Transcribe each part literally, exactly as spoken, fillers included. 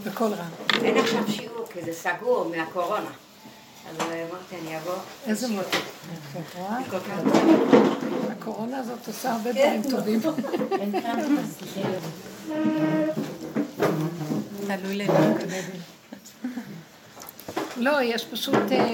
בכל רע. אין עכשיו שיעור, כי זה סגור מהקורונה. אז אמרתי, אני אבוא. איזה מותק. הקורונה הזאת עושה הרבה דברים טובים. תלוי לב. לא, יש פשוט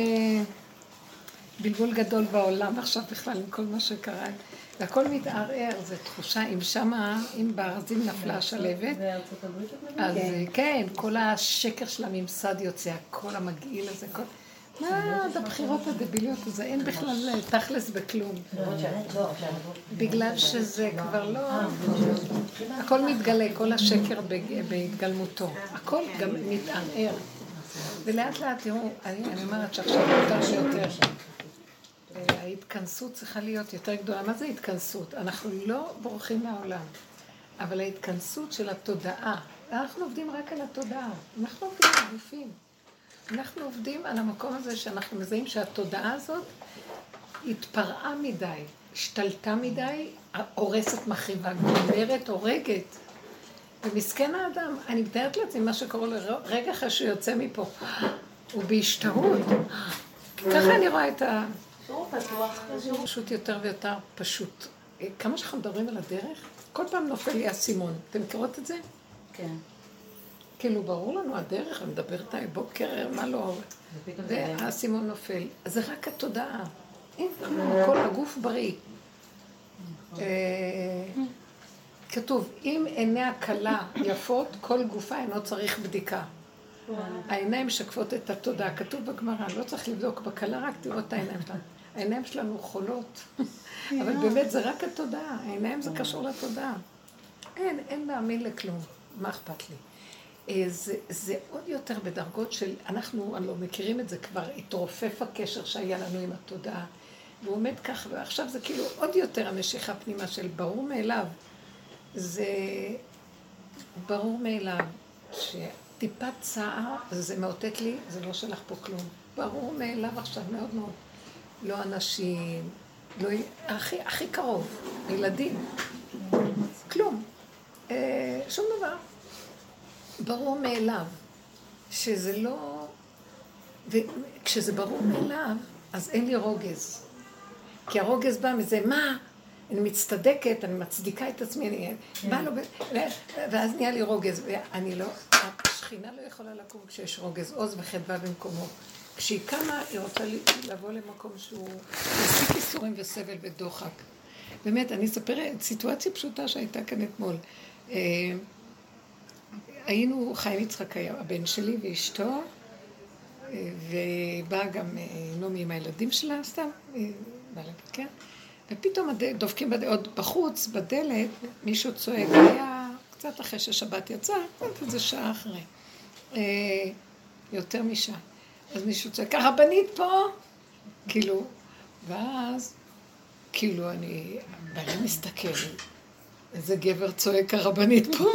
בלבול גדול בעולם עכשיו בכלל עם כל מה שקרה. והכל מתערער, זו תחושה, אם שמה, אם בארזים נפלה השלבת, אז כן, כל השקר של הממסד יוצא, הכל המגעיל הזה, כל... מה עד הבחירות הדביליות הזה? אין בכלל תכלס בכלום. בגלל שזה כבר לא... הכל מתגלה, כל השקר בהתגלמותו. הכל גם מתערער. ולאט לאט, תראו, אני אומרת שעכשיו יותר שיותר. ההתכנסות צריכה להיות יותר גדולה. מה זה התכנסות? אנחנו לא בורחים מהעולם, אבל ההתכנסות של התודעה, אנחנו עובדים רק על התודעה, אנחנו עובדים על גופים. אנחנו עובדים על המקום הזה שאנחנו מזהים שהתודעה הזאת התפרעה מדי, השתלטה מדי, הורסת מחריבה, גומרת, הורגת. ומסכן האדם, אני מתארת לעצמי מה שקורה לרגע אחרי שהוא יוצא מפה, הוא בהשתהות. ככה אני רואה את ה... פשוט יותר ויותר פשוט. כמה שאנחנו מדברים על הדרך, כל פעם נופל לי הסימון. אתם מכירות את זה? כן. כאילו, ברור לנו הדרך, אני מדברת על בוקר, מה לא... והסימון נופל. זה רק התודעה. אין כלום, כל הגוף בריא. כתוב, אם עיני הקלה יפות, כל גופה אינו צריך בדיקה. העיניים שקפות את התודעה, כתוב בגמרא, לא צריך לבדוק בקלה, רק תראו את העיניים שלנו. העיניים שלנו חולות, אבל באמת זה רק התודעה, העיניים זה קשור לתודעה. אין, אין להאמין לכלום, מה אכפת לי? זה, זה עוד יותר בדרגות של, אנחנו לא מכירים את זה כבר, התרופף הקשר שהיה לנו עם התודעה, והוא עומד כך, ועכשיו זה כאילו עוד יותר המשיכה פנימה של ברור מאליו. זה ברור מאליו שטיפת צער, זה מאותת לי, זה לא שלך פה כלום. ברור מאליו עכשיו מאוד מאוד. לא אנשים, לא, הכי, הכי קרוב, ילדים, כלום, אה, שום דבר. ברור מאליו, שזה לא... וכשזה ברור מאליו, אז אין לי רוגז. כי הרוגז בא מזה, מה? אני מצטדקת, אני מצדיקה את עצמי, אני... בא לו... ואז נהיה לי רוגז, ואני לא... השכינה לא יכולה לקום כשיש רוגז, עוז וחדווה במקומו. כשהיא קמה, היא רוצה לבוא למקום שהוא מספיק איסורים וסבל ודוחק. באמת, אני אספר סיטואציה פשוטה שהייתה כאן אתמול. היינו, חיים יצחק היה הבן שלי ואשתו, ובאה גם נומי עם הילדים שלה, סתם, כן? ופתאום דופקים עוד בחוץ, בדלת, מישהו צועק, היה קצת אחרי ששבת יצא, קצת איזה שעה אחרי, יותר משעה. אז מישהו צועק, הרבנית פה? כאילו, ואז, כאילו אני, ואני מסתכל, איזה גבר צועק הרבנית פה.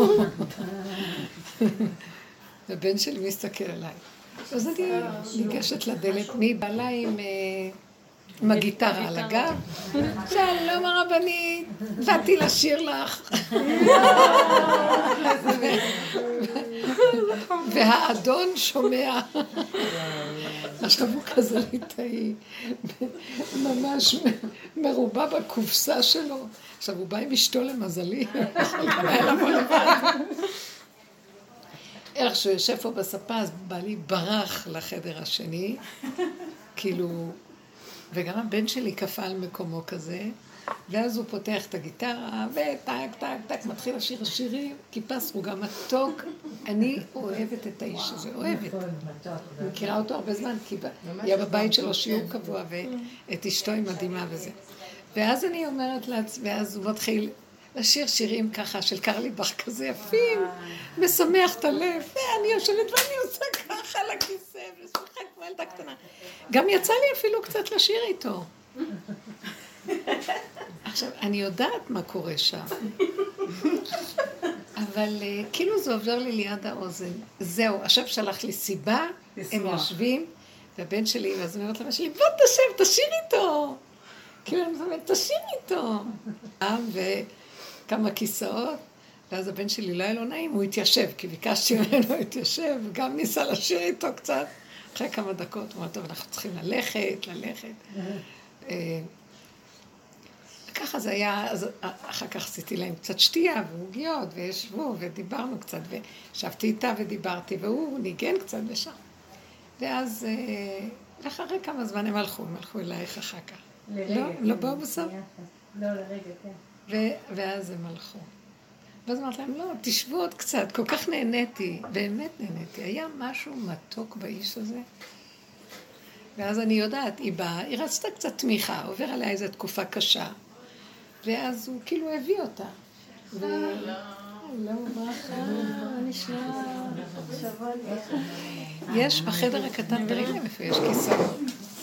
ובן שלי מסתכל עליי. אז אני ניגשת לדלת, מי בא לה עם... עם הגיטרה על הגב, שלום הרבנית, באתי לשיר לך. והאדון שומע. עכשיו הוא כזה ליטאי, ממש מרובה בקופסה שלו. עכשיו הוא בא עם אשתו למזלי, איך שהוא יושב פה בספה, אז בא לי ברח לחדר השני, כאילו... וגם הבן שלי קפא על מקומו כזה, ואז הוא פותח את הגיטרה, וטק, טק, טק, מתחיל לשיר שירים, כיפה סרוגה מתוק. אני אוהבת את האיש הזה, אוהבת. אני מכירה אותו הרבה זמן, כי היה בבית שלו שיעור קבוע, ואת אשתו היא מדהימה וזה. ואז אני אומרת לעצמי, ואז הוא מתחיל לשיר שירים ככה, של קרליבך כזה יפים, משמח את הלב, ואני יושבת ואני עושה ככה על הכיסא, ושמחה כמו ילדה קטנה. גם יצא לי אפילו קצת לשיר איתו. עכשיו, אני יודעת מה קורה שם, אבל כאילו זה עובר לי ליד האוזן. זהו, עכשיו שלח לי סיבה, הם יושבים, והבן שלי, ואז אני אומרת לבן שלי, בוא תשב, תשיר איתו. כאילו, אני אומרת, תשיר איתו. וכמה כיסאות, ואז הבן שלי לא היה לו נעים, הוא התיישב, כי ביקשתי ממנו התיישב, וגם ניסה לשיר איתו קצת. אחרי כמה דקות, הוא אמר, טוב, אנחנו צריכים ללכת, ללכת. וככה זה היה, אז אחר כך עשיתי להם קצת שתייה ועוגיות, וישבו ודיברנו קצת, וישבתי איתה ודיברתי, והוא ניגן קצת ושם. ואז, לאחרי כמה זמן הם הלכו, הם הלכו אלייך אחר כך. לא, לא באו בסוף? לא, לרגע, כן. ואז הם הלכו. ואז אמרתי להם, לא, תשבו עוד קצת, כל כך נהניתי, באמת נהניתי. היה משהו מתוק באיש הזה. ואז אני יודעת, היא באה, היא רצתה קצת תמיכה, עובר עליה איזו תקופה קשה. ואז הוא כאילו הביא אותה. ו... לא, ברכה, נשמע. יש בחדר הקטן, תראי להם איפה יש כיסאות.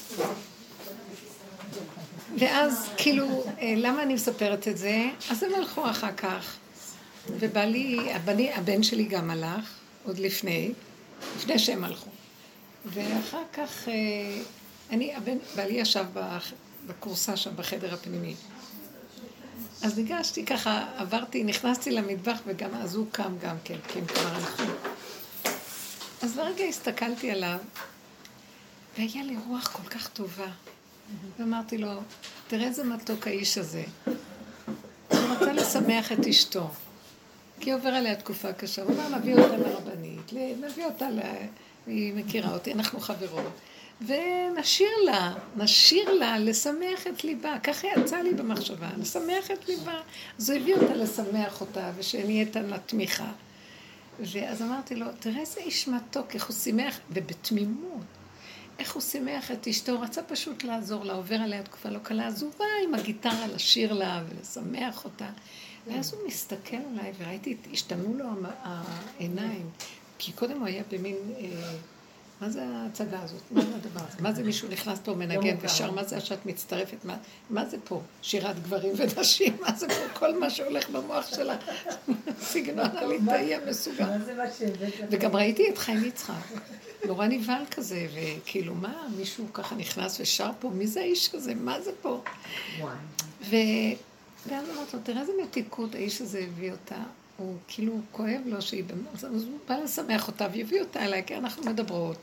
ואז כאילו, למה אני מספרת את זה? אז הם הלכו אחר כך. ובעלי, הבני, הבן שלי גם הלך, עוד לפני, לפני שהם הלכו. ואחר כך, אני, הבן, בעלי ישב בקורסה שם, בחדר הפנימי. אז ניגשתי ככה, עברתי, נכנסתי למטבח, וגם אז הוא קם גם כן, כי הם כבר הלכו. אז לרגע הסתכלתי עליו, והיה לי רוח כל כך טובה. ואמרתי לו, תראה איזה מתוק האיש הזה. הוא רצה לשמח את אשתו. כי עובר עליה תקופה קשה, הוא אמר, נביא אותה לרבנית, נביא אותה, לה... היא מכירה אותי, אנחנו חברות, ונשאיר לה, נשאיר לה לשמח את ליבה, ככה יצא לי במחשבה, לשמח את ליבה, אז הוא הביא אותה לשמח אותה, ושנהייתה לה תמיכה. ואז אמרתי לו, תראה איזה איש מתוק, איך הוא שימח, ובתמימות, איך הוא שימח את אשתו, הוא רצה פשוט לעזור לה, עובר עליה תקופה לא קלה, אז הוא בא עם הגיטרה לשיר לה ולשמח אותה. ואז הוא מסתכל עליי, וראיתי, השתנו לו העיניים, כי קודם הוא היה במין, אה, מה זה ההצגה הזאת? מה זה הדבר הזה? מה זה מישהו נכנס פה מנגן ושר? מה זה שאת מצטרפת? מה, מה זה פה? שירת גברים ונשים? מה זה פה? כל מה שהולך במוח שלה, סגנון הליטאי המסוגל. וגם ראיתי את חיים יצחק, נורא נבהל כזה, וכאילו מה, מישהו ככה נכנס ושר פה? מי זה האיש הזה? מה זה פה? ו... ואז אמרת לו, תראה איזה מתיקות האיש הזה הביא אותה, הוא כאילו כואב לו שהיא, אז הוא בא לשמח אותה ויביא אותה אליי, כי אנחנו מדברות.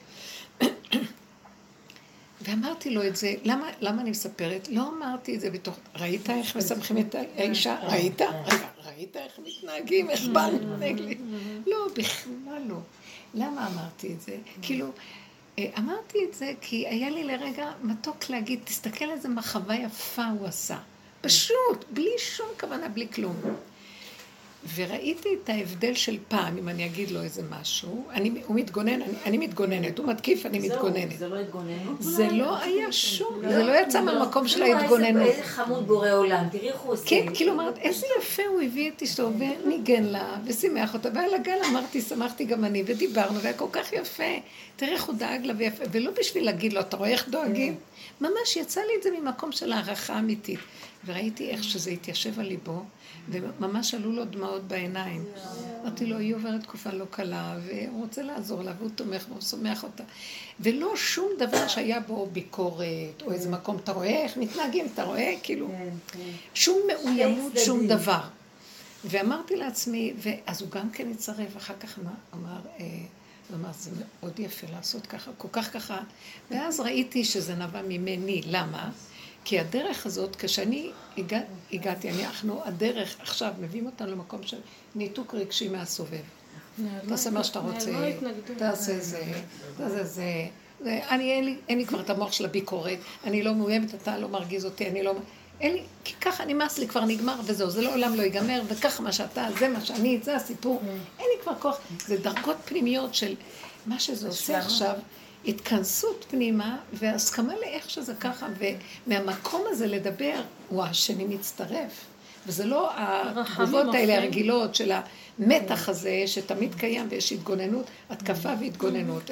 ואמרתי לו את זה, למה, למה אני מספרת? לא אמרתי את זה בתוך, ראית איך מסמכים את האישה? ראית? רגע, ראית איך מתנהגים? איך בא להתנהג לי? לא, בכלל לא. למה אמרתי את זה? כאילו, אמרתי את זה כי היה לי לרגע מתוק להגיד, תסתכל איזה מחווה יפה הוא עשה. פשוט, בלי שום כוונה, בלי כלום. וראיתי את ההבדל של פעם, אם אני אגיד לו איזה משהו, אני, הוא מתגונן, אני, אני מתגוננת, הוא מתקיף, אני מתגוננת. זה לא התגוננות? זה לא היה שום, זה לא יצא מהמקום של ההתגוננות. איזה חמוד בורא עולם, תראי איך הוא עושה. כן, כאילו אמרת, איזה יפה הוא הביא את אשתו, וניגן לה, ושימח אותה, ועל הגל אמרתי, שמחתי גם אני, ודיברנו, והיה כל כך יפה. תראה איך הוא דאג לה ויפה, ולא בשביל להגיד לו, אתה רואה איך דואגים? ממש יצא לי את זה ממקום של הערכה אמיתית. וראיתי איך שזה התיישב על ליבו, וממש עלו לו דמעות בעיניים. אמרתי לו, היא עוברת תקופה לא קלה, והוא רוצה לעזור לה, והוא תומך והוא שומח אותה. ולא שום דבר שהיה בו ביקורת, או איזה מקום, אתה רואה איך מתנהגים, אתה רואה, כאילו, שום מאוימות, שום דבר. ואמרתי לעצמי, ואז הוא גם כן יצרף, אחר כך אמר, הוא אמר, זה מאוד יפה לעשות ככה, כל כך ככה. ואז ראיתי שזה נבע ממני, למה? כי הדרך הזאת, כשאני הגע, הגעתי, אנחנו, הדרך עכשיו מביאים אותנו למקום של ניתוק רגשי מהסובב. תעשה מה שאתה רוצה, תעשה זה, תעשה זה. אני, אין לי, אין לי כבר את המוח של הביקורת, אני לא מאוימת, אתה לא מרגיז אותי, אני לא... אין לי, כי ככה נמאס לי, כבר נגמר וזהו, זה לעולם לא ייגמר, וככה מה שאתה, זה מה שאני, זה הסיפור. אין לי כבר כוח, זה דרגות פנימיות של מה שזה עושה עכשיו, התכנסות פנימה והסכמה לאיך שזה ככה, ומהמקום הזה לדבר, הוא השני מצטרף. וזה לא התגובות האלה הרגילות של המתח הזה שתמיד קיים, ויש התגוננות, התקפה והתגוננות.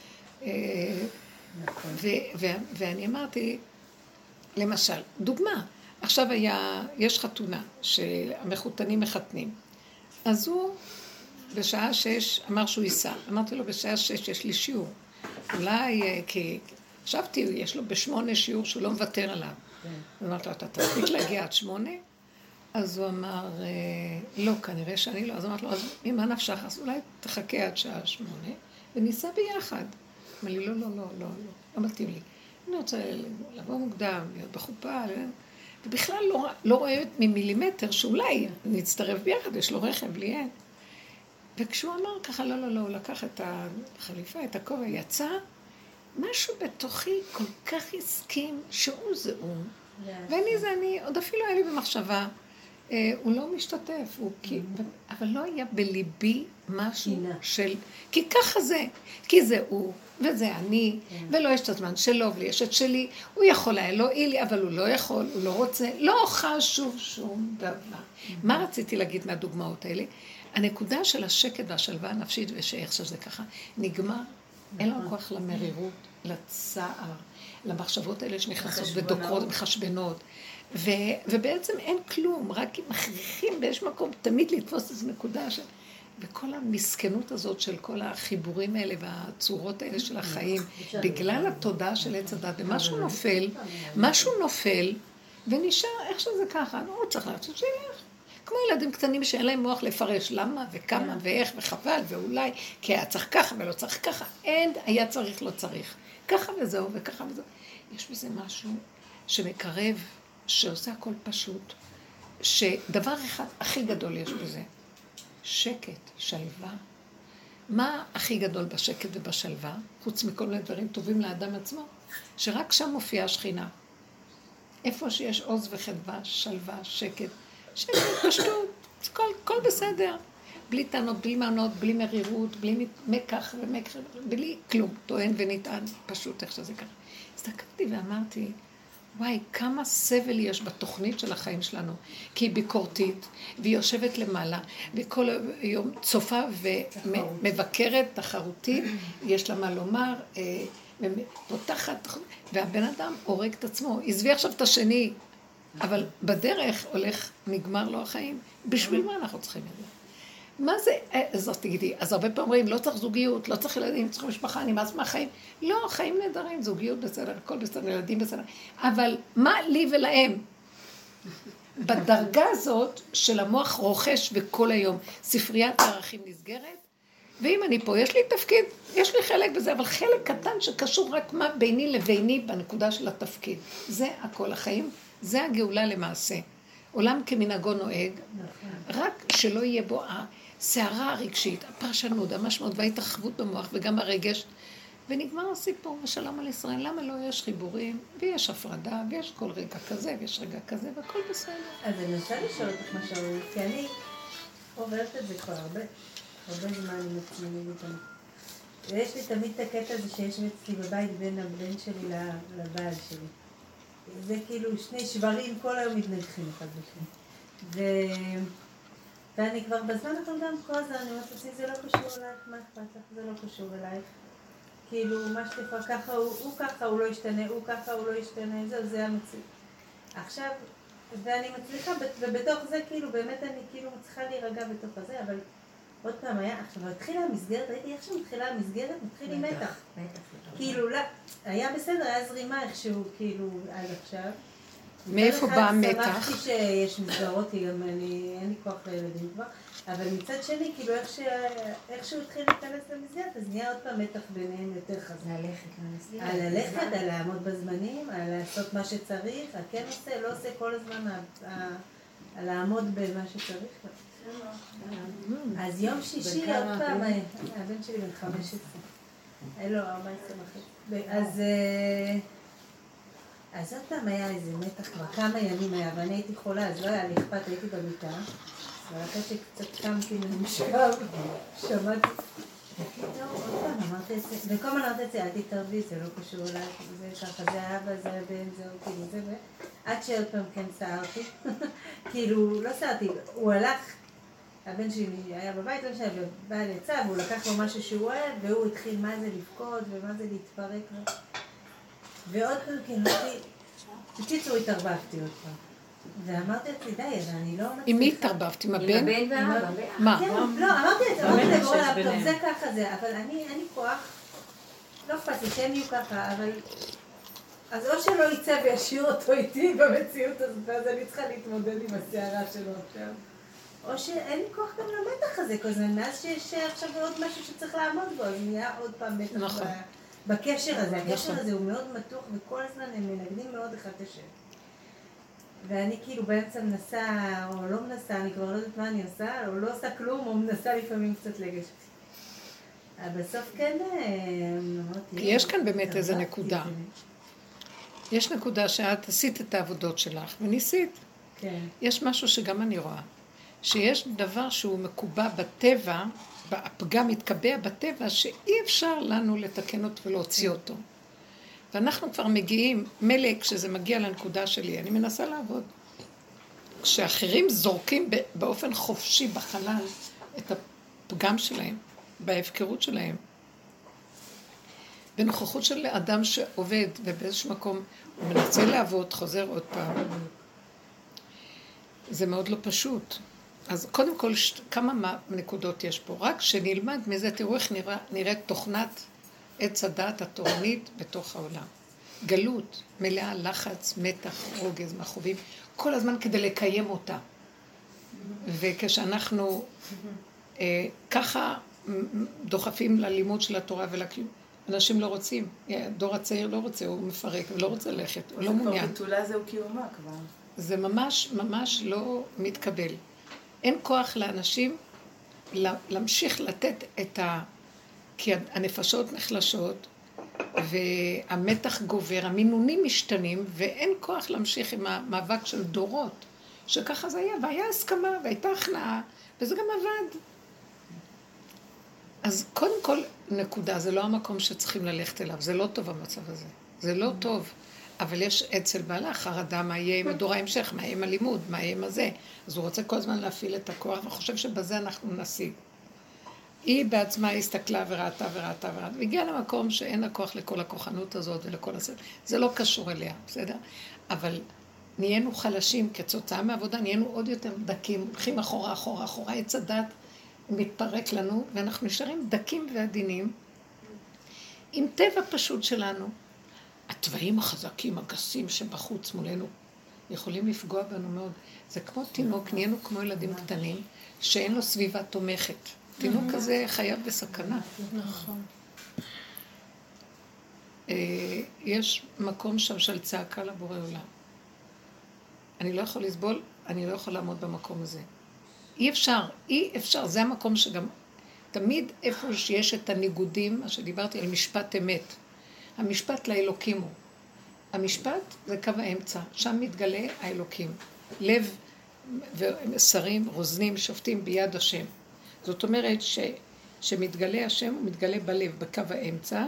ואני אמרתי, למשל, דוגמה, עכשיו היה, יש חתונה שהמחותנים מחתנים. אז הוא בשעה שש אמר שהוא ייסע. אמרתי לו, בשעה שש יש לי שיעור. אולי, כי חשבתי, יש לו בשמונה שיעור שהוא לא מוותר עליו. אמרתי לו, אתה תספיק להגיע עד שמונה? אז הוא אמר, לא, כנראה שאני לא. אז אמרתי לו, אז ממה נפשך? אז אולי תחכה עד שעה שמונה, וניסע ביחד. אמר לי, לא, לא, לא, לא, לא מתאים לי. אני רוצה לבוא מוקדם, להיות בחופה, ובכלל לא, לא רואה ממילימטר שאולי נצטרף ביחד, יש לו רכב, לי אין. וכשהוא אמר ככה, לא, לא, לא, הוא לקח את החליפה, את הכובע, יצא, משהו בתוכי כל כך הסכים שהוא זה הוא. ואני זה אני, עוד אפילו היה לי במחשבה, אה, הוא לא משתתף, הוא כי, אבל לא היה בליבי משהו של, כי ככה זה, כי זה הוא, וזה אני, ולא יש את הזמן שלו, ולי יש את שלי, הוא יכול היה לא אילי, אבל הוא לא יכול, הוא לא רוצה, לא חשוב שום דבר. מה רציתי להגיד מהדוגמאות האלה? הנקודה של השקט והשלווה הנפשית, ושאיך שזה ככה, נגמר, אין לו כוח למרירות, לצער, למחשבות האלה שנכנסות ודוקרות ומחשבנות, ו, ובעצם אין כלום, רק מכריחים באיש מקום תמיד לתפוס איזו נקודה של... וכל המסכנות הזאת של כל החיבורים האלה והצורות האלה של החיים, בגלל התודעה של עץ הדת, ומשהו נופל, משהו נופל, ונשאר איך שזה ככה, לא צריך לעשות שילך. כמו ילדים קטנים שאין להם מוח לפרש למה וכמה ואיך וחבל ואולי, כי היה צריך ככה ולא צריך ככה, אין, היה צריך, לא צריך. ככה וזהו וככה וזהו. יש בזה משהו שמקרב, שעושה הכל פשוט, שדבר אחד הכי גדול יש בזה, שקט, שלווה. מה הכי גדול בשקט ובשלווה, חוץ מכל מיני דברים טובים לאדם עצמו? שרק שם מופיעה השכינה. איפה שיש עוז וחדווה, שלווה, שקט, שקט, פשטות, כל, כל בסדר. בלי טענות, בלי מענות, בלי מרירות, בלי מקח ומקח, בלי כלום, טוען ונטען, פשוט איך שזה ככה. הסתכלתי ואמרתי, וואי, כמה סבל יש בתוכנית של החיים שלנו, כי היא ביקורתית, והיא יושבת למעלה, וכל יום צופה ומבקרת, תחרותית, יש לה מה לומר, פותחת, והבן אדם הורג את עצמו, עזבי עכשיו את השני, אבל בדרך הולך, נגמר לו החיים, בשביל מה אנחנו צריכים את זה? מה זה, אז תגידי, אז הרבה פעמים אומרים, לא צריך זוגיות, לא צריך ילדים, צריך משפחה, נמאס מהחיים. לא, חיים נהדרים, זוגיות בסדר, הכל בסדר, ילדים בסדר. אבל מה לי ולהם? בדרגה הזאת של המוח רוכש וכל היום, ספריית הערכים נסגרת, ואם אני פה, יש לי תפקיד, יש לי חלק בזה, אבל חלק קטן שקשור רק מה ביני לביני בנקודה של התפקיד. זה הכל החיים, זה הגאולה למעשה. עולם כמנהגו נוהג, רק שלא יהיה בו הסערה הרגשית, הפרשנות, המשמעות וההתרחבות במוח וגם הרגש, ונגמר הסיפור, ושלום על ישראל. למה לא יש חיבורים, ויש הפרדה, ויש כל רגע כזה, ויש רגע כזה, והכל בסדר. אז אני רוצה לשאול אותך מה שאומרים, כי אני עוברת את זה כבר הרבה, הרבה זמן עם עצמי איתם. ויש לי תמיד את הקטע הזה שיש אצלי בבית בין הבן שלי לבעל שלי. זה כאילו שני שברים, כל היום מתנגחים אחד בשני. ו... ואני כבר בזמן אחר גם כל זה, אני אומרת לעצמי, זה לא קשור אלייך, מה אכפת לך? זה לא קשור אלייך. כאילו, מה שתפר, ככה הוא, הוא ככה, הוא לא ישתנה, הוא ככה, הוא לא ישתנה, זהו, זה המציאות. עכשיו, ואני מצליחה, ובתוך זה, כאילו, באמת אני כאילו מצליחה להירגע בתוך הזה, אבל עוד פעם היה, עכשיו, התחילה המסגרת, ראיתי איך שמתחילה המסגרת, מתחיל עם מתח. כאילו, לא, היה בסדר, היה זרימה איכשהו, כאילו, עד עכשיו. מאיפה בא המתח? שמחתי שיש מסגרות, כי גם אני, אין לי כוח לילדים כבר, אבל מצד שני, כאילו, איך שהוא התחיל להיכנס למסגרת, אז נהיה עוד פעם מתח ביניהם יותר חזק. ללכת למסגרת. על ללכת, על לעמוד בזמנים, על לעשות מה שצריך, על כן עושה, לא עושה כל הזמן, על לעמוד במה שצריך. אז יום שישי, עוד פעם, הבן שלי בן חמש עשרה. אין לו ארבע עשרה וחצי. אז... אז עוד פעם היה איזה מתח כבר כמה ימים היה, ואני הייתי חולה, אז לא היה לי אכפת, הייתי במיטה, אבל אחרי שקצת קמתי ממשכב, שמעתי, עוד פעם אמרתי את זה, וכל הזמן אמרתי את זה, אל תתערבי, זה לא קשור אליי, זה ככה, זה האבא, זה הבן, זה כאילו זה, עד שעוד פעם כן סערתי, כאילו, לא סערתי, הוא הלך, הבן שלי היה בבית, לא משנה, ובעל יצא, והוא לקח לו משהו שהוא אוהב, והוא התחיל מה זה לבכות, ומה זה להתפרק, ועוד פעם, כן, בקיצור התערבבתי עוד פעם. ואמרתי לעצמי, די, אז אני לא מצליחה. עם מי התערבבת? עם הבן? עם הבן והאבא. מה? כן, לא, אמרתי את זה, אמרתי לבוא אליו, טוב, זה ככה זה, אבל אני, אין לי כוח, לא אכפת לי שהם יהיו ככה, אבל אז או שלא יצא וישאיר אותו איתי במציאות הזאת, ואז אני צריכה להתמודד עם הסערה שלו עכשיו. או שאין לי כוח גם למתח הזה כל הזמן, מאז שיש עכשיו עוד משהו שצריך לעמוד בו, אז נהיה עוד פעם מתח נכון. בקשר הזה. הקשר נכון. הזה הוא מאוד מתוח, וכל הזמן הם מנגדים מאוד אחד את השני. ואני כאילו באמצע מנסה, או לא מנסה, אני כבר לא יודעת מה אני עושה, או לא עושה כלום, או מנסה לפעמים קצת לגשת. אבל בסוף כן, אמרתי... יש כאן באמת איזו נקודה. יש נקודה שאת עשית את העבודות שלך, וניסית. כן. יש משהו שגם אני רואה. שיש דבר שהוא מקובע בטבע, הפגם מתקבע בטבע, שאי אפשר לנו לתקן אותו ולהוציא אותו. ואנחנו כבר מגיעים, מלא כשזה מגיע לנקודה שלי, אני מנסה לעבוד. כשאחרים זורקים באופן חופשי בחלל את הפגם שלהם, בהפקרות שלהם, בנוכחות של אדם שעובד ובאיזשהו מקום הוא מנסה לעבוד, חוזר עוד פעם. זה מאוד לא פשוט. אז קודם כל, כמה נקודות יש פה? רק שנלמד מזה, תראו איך נראה, נראית תוכנת עץ הדעת התורנית בתוך העולם. גלות, מלאה, לחץ, מתח, רוגז, מחובים, כל הזמן כדי לקיים אותה. וכשאנחנו אה, ככה דוחפים ללימוד של התורה ולכלום, אנשים לא רוצים, הדור הצעיר לא רוצה, הוא מפרק ולא רוצה ללכת, הוא לא מעוניין. זה כבר ביטולה זהו קיומה כבר. זה ממש ממש לא מתקבל. אין כוח לאנשים להמשיך לתת את ה... כי הנפשות נחלשות, והמתח גובר, המינונים משתנים, ואין כוח להמשיך עם המאבק של דורות, שככה זה היה, והיה הסכמה, והייתה הכנעה, וזה גם עבד. אז קודם כל, נקודה, זה לא המקום שצריכים ללכת אליו, זה לא טוב המצב הזה, זה לא טוב. אבל יש אצל בעלה חרדה מה יהיה עם הדור ההמשך, מה יהיה עם הלימוד, מה יהיה עם הזה. אז הוא רוצה כל הזמן להפעיל את הכוח, וחושב שבזה אנחנו נשיג. היא בעצמה הסתכלה וראתה וראתה וראתה, והגיעה למקום שאין הכוח לכל הכוחנות הזאת ולכל הסדר. זה לא קשור אליה, בסדר? אבל נהיינו חלשים כתוצאה מעבודה, נהיינו עוד יותר דקים, הולכים אחורה, אחורה, אחורה, עץ הדת מתפרק לנו, ואנחנו נשארים דקים ועדינים, עם טבע פשוט שלנו. הטבעים החזקים, הגסים שבחוץ מולנו, יכולים לפגוע בנו מאוד. זה כמו תינוק, נהיינו כמו ילדים קטנים, שאין לו סביבה תומכת. תינוק כזה חייב בסכנה. נכון. יש מקום שם של צעקה לבורא עולם. אני לא יכול לסבול, אני לא יכול לעמוד במקום הזה. אי אפשר, אי אפשר, זה המקום שגם תמיד איפה שיש את הניגודים, מה שדיברתי על משפט אמת. המשפט לאלוקים הוא. המשפט זה קו האמצע, שם מתגלה האלוקים. לב ושרים, רוזנים, שופטים ביד השם. זאת אומרת ש, שמתגלה השם, הוא מתגלה בלב, בקו האמצע,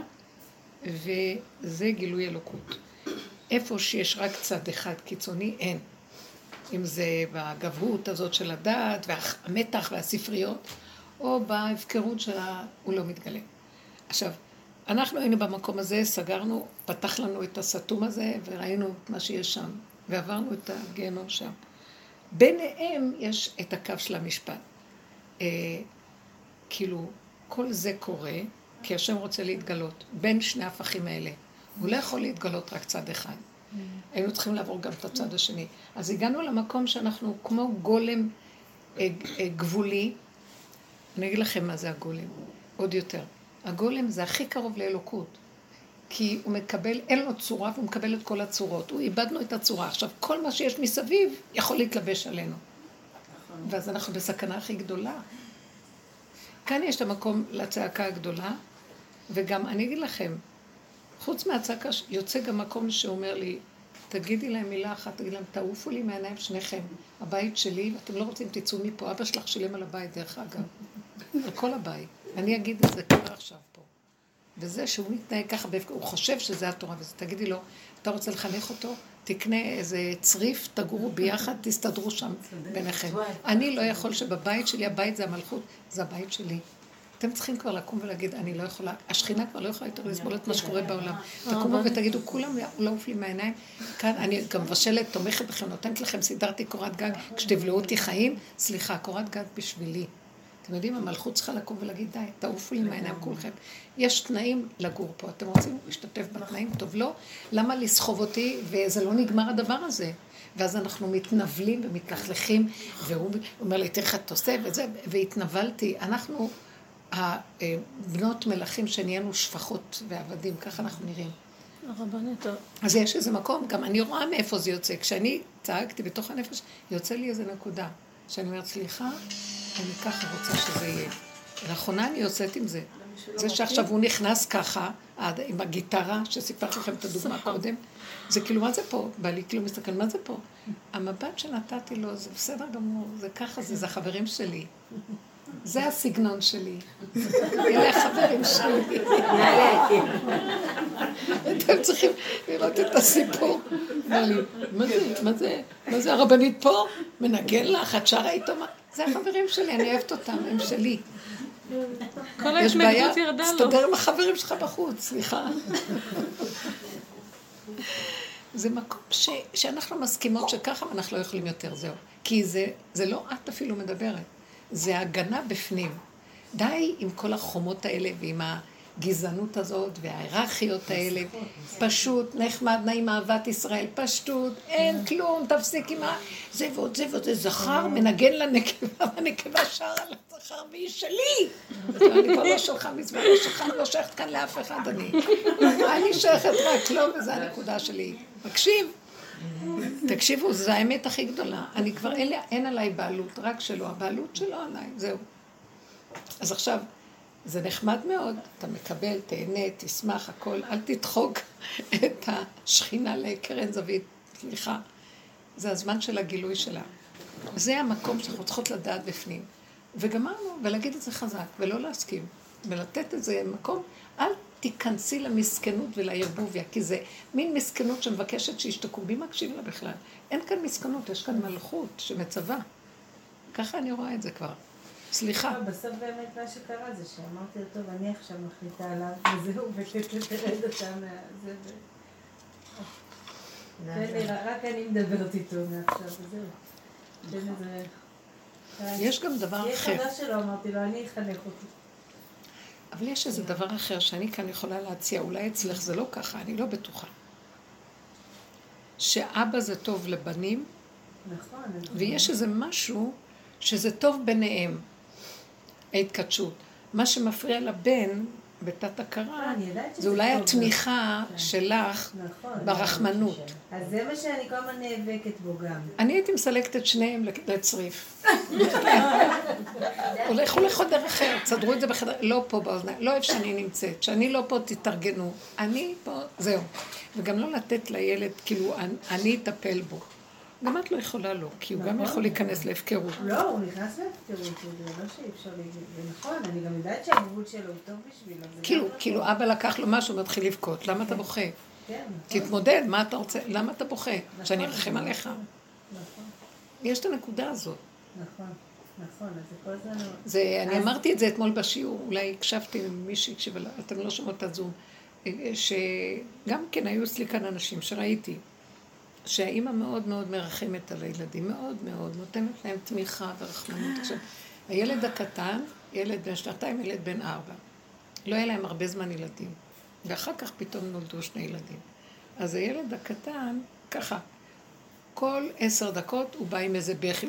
וזה גילוי אלוקות. איפה שיש רק צד אחד קיצוני, אין. אם זה בגבהות הזאת של הדעת, והמתח והספריות, או בהפקרות שלה, הוא לא מתגלה. עכשיו, אנחנו היינו במקום הזה, סגרנו, פתח לנו את הסתום הזה, וראינו את מה שיש שם, ועברנו את הגיהנום שם. ביניהם יש את הקו של המשפט. אה, כאילו, כל זה קורה, כי השם רוצה להתגלות, בין שני הפכים האלה. הוא לא יכול להתגלות רק צד אחד. היינו צריכים לעבור גם את הצד השני. אז הגענו למקום שאנחנו כמו גולם אה, אה, גבולי. אני אגיד לכם מה זה הגולם, עוד יותר. הגולם זה הכי קרוב לאלוקות, כי הוא מקבל, אין לו צורה והוא מקבל את כל הצורות. הוא איבדנו את הצורה. עכשיו, כל מה שיש מסביב יכול להתלבש עלינו. ואז אנחנו בסכנה הכי גדולה. כאן יש את המקום לצעקה הגדולה, וגם אני אגיד לכם, חוץ מהצעקה יוצא גם מקום שאומר לי, תגידי להם מילה אחת, תגיד להם, תעופו לי מהעיניים שניכם, הבית שלי, ואתם לא רוצים תצאו מפה, אבא שלך שילם על הבית דרך אגב, על כל הבית. אני אגיד את זה כבר עכשיו פה. וזה שהוא מתנהג ככה, הוא חושב שזה התורה, וזה תגידי לו, אתה רוצה לחנך אותו? תקנה איזה צריף, תגורו ביחד, תסתדרו שם ביניכם. אני לא יכול שבבית שלי, הבית זה המלכות, זה הבית שלי. אתם צריכים כבר לקום ולהגיד, אני לא יכולה, השכינה כבר לא יכולה יותר לסבול את מה שקורה בעולם. תקומו ותגידו, כולם לעוף לי מהעיניים. כאן אני גם מבשלת, תומכת בכם, נותנת לכם, סידרתי קורת גג, כשתבלעו אותי חיים, סליחה, קורת גג בשבילי. אתם יודעים, המלכות צריכה לקום ולהגיד, די, תעופו לי מהעיניים כולכם. יש תנאים לגור פה, אתם רוצים להשתתף בתנאים, טוב לא? למה לסחוב אותי, וזה לא נגמר הדבר הזה? ואז אנחנו מתנבלים ומתלכלכים, והוא אומר לי, תראה, את עושה וזה, והתנבלתי. אנחנו, הבנות מלכים שנהיינו שפחות ועבדים, ככה אנחנו נראים. הרבנית. אז יש איזה מקום, גם אני רואה מאיפה זה יוצא. כשאני צעקתי בתוך הנפש, יוצא לי איזה נקודה. שאני אומרת, סליחה, אני ככה רוצה שזה יהיה. לאחרונה אני יוצאת עם זה. זה שעכשיו הוא נכנס ככה, עם הגיטרה, שסיפרתי לכם את הדוגמה קודם, זה כאילו, מה זה פה? בא לי כאילו מסתכל, מה זה פה? המבט שנתתי לו, זה בסדר גמור, זה ככה, זה, זה החברים שלי. זה הסגנון שלי. אלה החברים שלי. אתם צריכים לראות את הסיפור. אמר לי, מה זה? מה זה? מה זה הרבנית פה? מנגן לך, את שרה איתו מה? זה החברים שלי, אני אוהבת אותם, הם שלי. כל יש בעיה, ההתנגדות ירדה לו. תסתדר עם החברים שלך בחוץ, סליחה. זה מקום ש, שאנחנו מסכימות שככה ואנחנו לא יכולים יותר, זהו. כי זה, זה לא את אפילו מדברת. זה הגנה בפנים. די עם כל החומות האלה ועם הגזענות הזאת וההיררכיות האלה. פשוט, נחמד, נעים אהבת ישראל, פשטות, אין כלום, תפסיק עם ה... זה ועוד זה ועוד זה, זכר מנגן לנקבה, והנקבה שרה לזכר, והיא שלי! אני כבר לא שלך מזמן, לא שלך, לא שייכת כאן לאף אחד, אני. אני שייכת רק לא, וזו הנקודה שלי. מקשיב. תקשיבו, זו האמת הכי גדולה. אני כבר, אין, אין עליי בעלות, רק שלו, הבעלות שלו עליי, זהו. אז עכשיו, זה נחמד מאוד, אתה מקבל, תהנה, תשמח, הכל, אל תדחוק את השכינה לקרן זווית, סליחה. זה הזמן של הגילוי שלה. זה המקום שאנחנו צריכות לדעת בפנים. וגמרנו, ולהגיד את זה חזק, ולא להסכים, ולתת את זה מקום, אל תיכנסי למסכנות ולערבוביה, כי זה מין מסכנות שמבקשת שישתקו. מי מקשיב לה בכלל? אין כאן מסכנות, יש כאן מלכות שמצווה. ככה אני רואה את זה כבר. סליחה. בסוף באמת מה שקרה זה שאמרתי לו, טוב, אני עכשיו מחליטה עליו, וזהו, ותתרד אותה מהזה. רק אני מדברת איתו מעכשיו, וזהו. יש גם דבר אחר. יש חבר שלו, אמרתי לו, אני אחנך אותי. אבל יש איזה דבר אחר שאני כאן יכולה להציע, אולי אצלך זה לא ככה, אני לא בטוחה. שאבא זה טוב לבנים, נכון. ויש איזה משהו שזה טוב ביניהם, ההתקדשות. מה שמפריע לבן, בתת הכרה, זה אולי התמיכה שלך ברחמנות. אז זה מה שאני כל הזמן נאבקת בו גם. אני הייתי מסלקת את שניהם לצריף. הולכו לחדר אחר, צדרו את זה בחדר, לא פה באוזניים, לא איפה שאני נמצאת, שאני לא פה תתארגנו, אני פה, זהו. וגם לא לתת לילד, כאילו, אני אטפל בו. גם את לא יכולה לו, כי הוא גם יכול להיכנס להפקרות. לא, הוא נכנס להפקרות, זה לא שאי אפשר להגיד, זה נכון, אני גם יודעת שהגבול שלו הוא טוב בשבילו. כאילו, כאילו אבא לקח לו משהו, מתחיל לבכות, למה אתה בוכה? כן. תתמודד, מה אתה רוצה, למה אתה בוכה? שאני ארחם עליך. נכון. יש את הנקודה הזאת. נכון, נכון, אז זה כל הזמן... זה, אני אמרתי את זה אתמול בשיעור, אולי הקשבתי למישהי, אתם לא שמעות את זום, שגם כן היו אצלי כאן אנשים שראיתי, שהאימא מאוד מאוד מרחמת על הילדים, מאוד מאוד, נותנת להם תמיכה ורחמנות. עכשיו, הילד הקטן, ילד בן שנתיים, ילד בן ארבע. לא היה להם הרבה זמן ילדים. ואחר כך פתאום נולדו שני ילדים. אז הילד הקטן, ככה, כל עשר דקות הוא בא עם איזה בכי,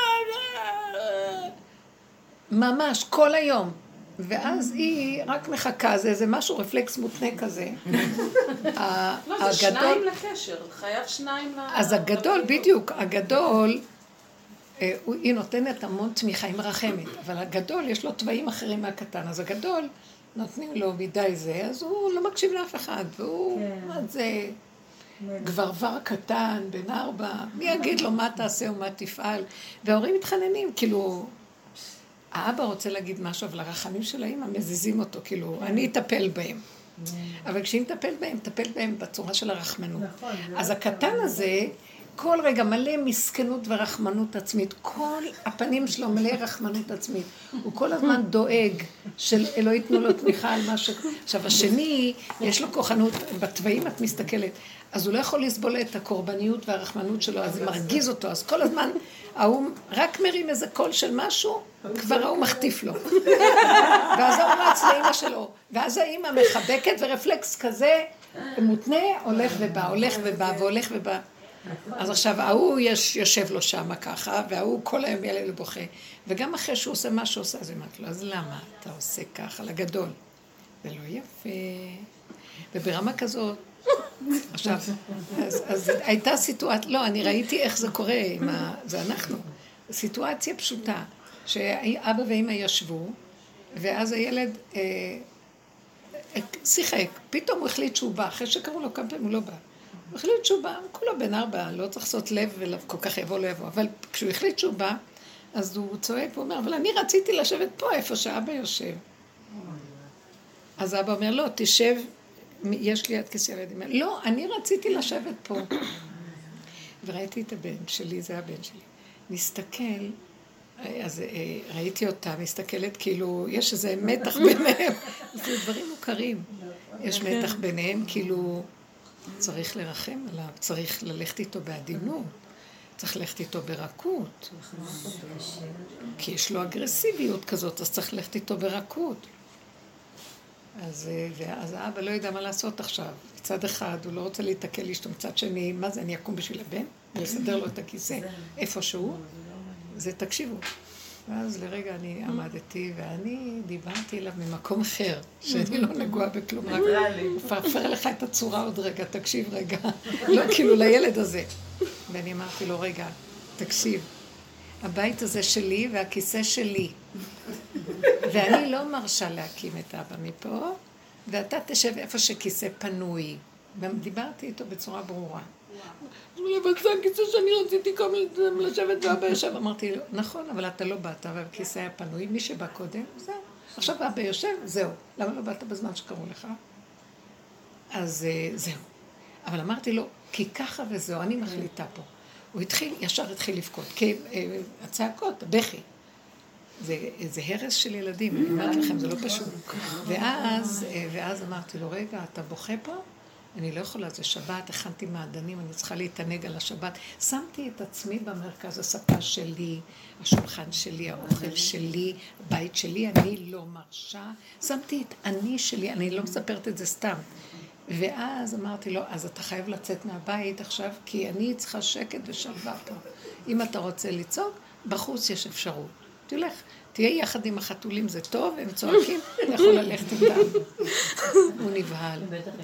ממש, כל היום. ואז היא רק מחכה, זה איזה משהו, רפלקס מותנה כזה. לא, זה שניים לקשר, חייב שניים ל... אז הגדול, בדיוק, הגדול, היא נותנת המון תמיכה, היא מרחמת, אבל הגדול יש לו טבעים אחרים מהקטן, אז הגדול נותנים לו מדי זה, אז הוא לא מקשיב לאף אחד, והוא, מה זה, גברבר קטן, בן ארבע, מי יגיד לו מה תעשה ומה תפעל, וההורים מתחננים, כאילו, האבא רוצה להגיד משהו, אבל הרחמים של האמא מזיזים אותו, כאילו, אני אטפל בהם. אבל כשהיא מטפל בהם, מטפל בהם בצורה של הרחמנות. אז הקטן הזה, כל רגע מלא מסכנות ורחמנות עצמית, כל הפנים שלו מלא רחמנות עצמית, הוא כל הזמן דואג של אלוהי תנו לו תמיכה על מה ש... עכשיו השני, יש לו כוחנות, בטבעים את מסתכלת, אז הוא לא יכול לסבול את הקורבניות והרחמנות שלו, אז זה מרגיז אותו, אז כל הזמן ההוא רק מרים איזה קול של משהו, כבר ההוא מחטיף לו. ואז הוא רץ לאמא שלו, ואז האמא מחבקת ורפלקס כזה, מותנה, הולך ובא, הולך ובא והולך ובא. אז עכשיו, ההוא יש, יושב לו שם ככה, וההוא כל היום ילד לבוכה. וגם אחרי שהוא עושה מה שהוא עושה, אז אמרת לו, אז למה אתה עושה ככה לגדול? זה לא יפה. וברמה כזאת, עכשיו, אז, אז הייתה סיטואציה, לא, אני ראיתי איך זה קורה, ה, זה אנחנו. סיטואציה פשוטה, שאבא ואמא ישבו, ואז הילד אה, שיחק, פתאום הוא החליט שהוא בא, אחרי שקראו לו כמה פעמים הוא לא בא. הוא החליט שהוא בא, הוא כולו בן ארבע, לא צריך לעשות לב וכל כך יבוא לא יבוא, אבל כשהוא החליט שהוא בא, אז הוא צועק ואומר, אבל אני רציתי לשבת פה איפה שאבא יושב. אז אבא אומר, לא, תשב, יש לי עד כיסא ילדים. לא, אני רציתי לשבת פה. וראיתי את הבן שלי, זה הבן שלי. נסתכל, אז ראיתי אותה, מסתכלת כאילו, יש איזה מתח ביניהם. זה דברים מוכרים. יש מתח ביניהם, כאילו, צריך לרחם עליו, צריך ללכת איתו בעדינות, צריך ללכת איתו ברכות. כי יש לו אגרסיביות כזאת, אז צריך ללכת איתו ברכות. אז, ואז האבא לא יודע מה לעשות עכשיו. מצד אחד, הוא לא רוצה להתעכל אשתו, מצד שני, מה זה, אני אקום בשביל הבן? אני אסדר לו את הכיסא איפה שהוא? זה תקשיבו. ואז לרגע אני עמדתי, ואני דיברתי אליו ממקום אחר, שאני לא נגועה בכלום, רק פרפר לך את הצורה עוד רגע, תקשיב רגע. לא, כאילו לילד הזה. ואני אמרתי לו, רגע, תקשיב, הבית הזה שלי והכיסא שלי. ואני לא מרשה להקים את אבא מפה, ואתה תשב איפה שכיסא פנוי. ודיברתי איתו בצורה ברורה. אבל זה הכיסא שאני רציתי גם לשבת ואבא יושב. אמרתי לו, נכון, אבל אתה לא באת, והכיסא היה פנוי, מי שבא קודם, זהו. עכשיו אבא יושב, זהו. למה לא באת בזמן שקראו לך? אז זהו. אבל אמרתי לו, כי ככה וזהו, אני מחליטה פה. הוא התחיל, ישר התחיל לבכות, כי הצעקות, הבכי. זה, זה הרס של ילדים, אני אומרת לכם, זה לא פשוט. ואז, ואז אמרתי לו, רגע, אתה בוכה פה? אני לא יכולה, זה שבת, הכנתי מעדנים, אני צריכה להתענג על השבת. שמתי את עצמי במרכז, הספה שלי, השולחן שלי, האוכל שלי, הבית שלי, אני לא מרשה. שמתי את אני שלי, אני לא מספרת את זה סתם. ואז אמרתי לו, אז אתה חייב לצאת מהבית עכשיו, כי אני צריכה שקט ושלווה פה. אם אתה רוצה לצעוק, בחוץ יש אפשרות. תלך, תהיה יחד עם החתולים, זה טוב, הם צועקים, אתה יכול ללכת איתם. הוא נבהל.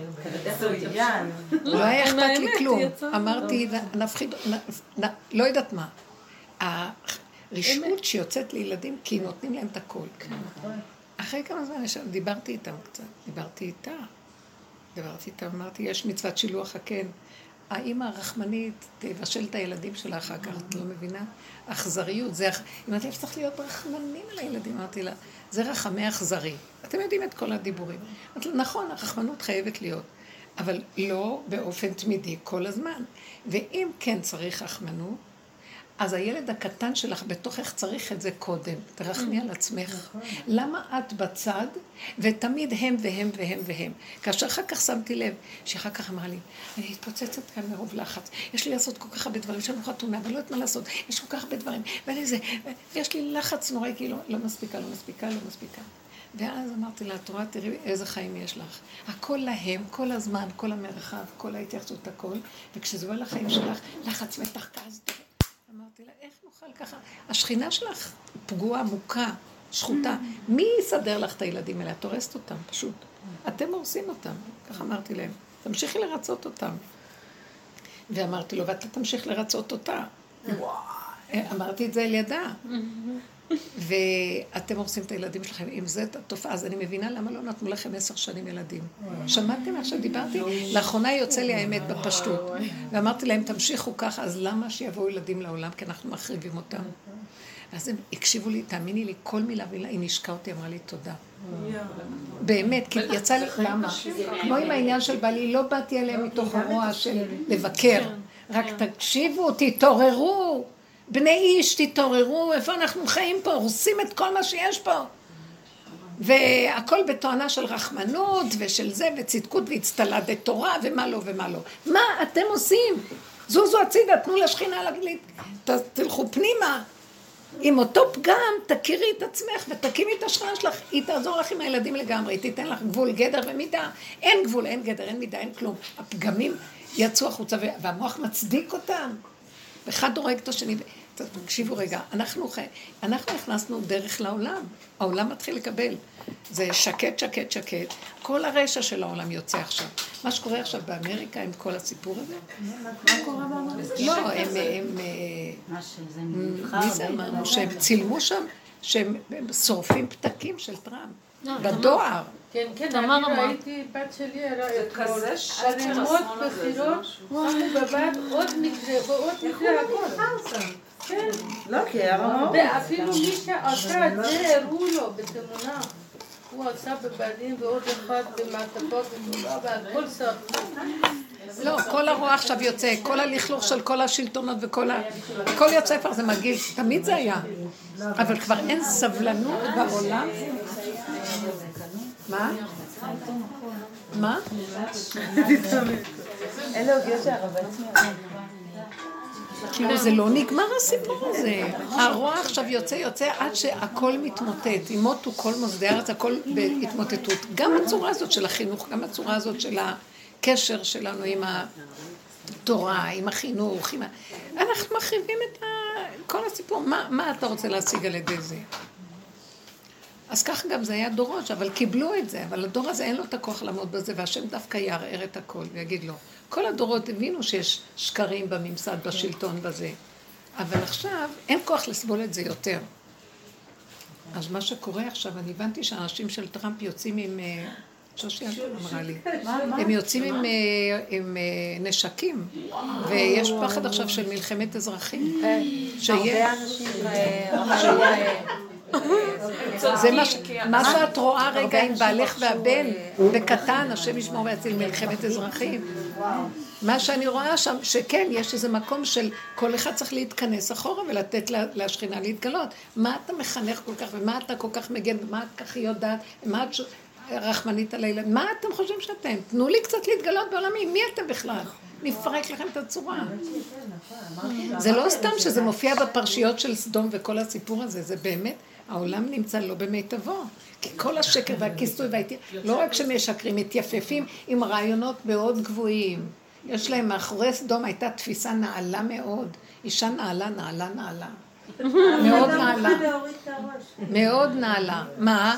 לא היה אכפת לי כלום. אמרתי, נפחיד, לא יודעת מה. הרשעות שיוצאת לילדים, כי נותנים להם את הכל. אחרי כמה זמן דיברתי איתם קצת, דיברתי איתה. דיברתי איתה, אמרתי, יש מצוות שילוח הקן. האמא הרחמנית תבשל את הילדים שלה אחר כך, את לא מבינה? אכזריות, זה, אם אתה צריך להיות רחמנים על הילדים, אמרתי לה, זה רחמי אכזרי. אתם יודעים את כל הדיבורים. אמרתי לה, נכון, הרחמנות חייבת להיות, אבל לא באופן תמידי כל הזמן. ואם כן צריך רחמנות, אז הילד הקטן שלך בתוכך צריך את זה קודם. תרחמי על עצמך. למה את בצד, ותמיד הם והם והם והם. כאשר אחר כך שמתי לב, שאחר כך אמרה לי, אני התפוצצת כאן מרוב לחץ. יש לי לעשות כל כך הרבה דברים, שאני לא חתונה, אבל לא יודעת מה לעשות. יש כל כך הרבה דברים, ואני זה, ויש לי לחץ נוראי, כי לא, לא מספיקה, לא מספיקה, לא מספיקה. ואז אמרתי לה, תורה, תראי איזה חיים יש לך. הכל להם, כל הזמן, כל המרחב, כל ההתייחסות, הכל. וכשזה בא לחיים שלך, לחץ מתח כעס. אמרתי לה, איך נוכל ככה? השכינה שלך פגועה, מוכה, שחוטה. מי יסדר לך את הילדים האלה? את הורסת אותם, פשוט. אתם הורסים אותם. כך אמרתי להם. תמשיכי לרצות אותם. ואמרתי לו, ואתה תמשיך לרצות אותה. אמרתי את זה על ידה. ואתם הורסים את הילדים שלכם. אם זה התופעה, אז אני מבינה למה לא נתנו לכם עשר שנים ילדים. שמעתם עכשיו דיברתי? לאחרונה יוצא לי האמת בפשטות. ואמרתי להם, תמשיכו ככה, אז למה שיבואו ילדים לעולם? כי אנחנו מחריבים אותם. ואז הם הקשיבו לי, תאמיני לי, כל מילה מילה, היא נשקה אותי, אמרה לי תודה. באמת, כי יצא לי, למה? כמו עם העניין של בעלי, לא באתי עליהם מתוך הרוע של לבקר. רק תקשיבו, תתעוררו. בני איש, תתעוררו, איפה אנחנו חיים פה? הורסים את כל מה שיש פה. והכל בתואנה של רחמנות ושל זה, וצדקות והצטלת תורה, ומה לא ומה לא. מה אתם עושים? זוזו הצידה, תנו לשכינה להגלית. תלכו פנימה. עם אותו פגם, תכירי את עצמך ותקימי את השכינה שלך. היא תעזור לך עם הילדים לגמרי, היא תיתן לך גבול, גדר ומידה. אין גבול, אין גדר, אין מידה, אין כלום. הפגמים יצאו החוצה, והמוח מצדיק אותם. אחד הורג את השני. תקשיבו רגע, אנחנו, חי... אנחנו הכנסנו דרך לעולם. העולם מתחיל לקבל. זה שקט, שקט, שקט. כל הרשע של העולם יוצא עכשיו. מה שקורה עכשיו באמריקה עם כל הסיפור הזה? מה קורה באמריקה? לא, הם... הם מה שזה מי זה אמרנו? שהם צילמו שם, שהם שורפים פתקים של טראמפ. בדואר. כן, כן, אני ראיתי, בת שלי, כזה שקר ערימות בחירות, שמו בבית עוד מקרה, ועוד מקרה הכל. כן. לא, כי היה רמאות. ואפילו מי שעשה את זה, הראו לו בתמונה. הוא עשה בבדים ועוד אחד במעטפות וגדולה, והכל סרט. לא, כל הרוע עכשיו יוצא, כל הלכלוך של כל השלטונות וכל ה... כל יוצא כבר זה מגיל, תמיד זה היה. אבל כבר אין סבלנות בעולם. מה? מה? אלה עוגיות שהרבן עצמי. כאילו זה לא נגמר הסיפור הזה. הרוע עכשיו יוצא יוצא עד שהכל מתמוטט. ימותו כל מוסדי הארץ, הכל בהתמוטטות. גם הצורה הזאת של החינוך, גם הצורה הזאת של הקשר שלנו עם התורה, עם החינוך, עם ה... אנחנו מחריבים את ה... כל הסיפור. מה, מה אתה רוצה להשיג על ידי זה? אז כך גם זה היה דורות, אבל קיבלו את זה, אבל הדור הזה אין לו את הכוח לעמוד בזה, והשם דווקא יערער את הכל ויגיד לו. כל הדורות הבינו שיש שקרים בממסד, בשלטון, בזה. אבל עכשיו אין כוח לסבול את זה יותר. אז מה שקורה עכשיו, אני הבנתי שהאנשים של טראמפ יוצאים עם... שושי אמרה לי. הם יוצאים עם, עם נשקים, ויש פחד עכשיו של מלחמת אזרחים. הרבה אנשים... זה מה שאת רואה רגע עם בעלך והבן בקטן, השם ישמור ויציל מלחמת אזרחים. מה שאני רואה שם, שכן, יש איזה מקום של כל אחד צריך להתכנס אחורה ולתת לשכינה להתגלות. מה אתה מחנך כל כך, ומה אתה כל כך מגן, ומה את כך יודעת, ומה את רחמנית על הילד, מה אתם חושבים שאתם? תנו לי קצת להתגלות בעולמי, מי אתם בכלל? נפרק לכם את הצורה. זה לא סתם שזה מופיע בפרשיות של סדום וכל הסיפור הזה, זה באמת, העולם נמצא לא במיטבו. כי כל השקר והכיסוי והייתי, לא רק שמשקרים, מתייפפים עם רעיונות מאוד גבוהים. יש להם מאחורי סדום הייתה תפיסה נעלה מאוד. אישה נעלה, נעלה, נעלה. מאוד נעלה. מאוד נעלה. מה?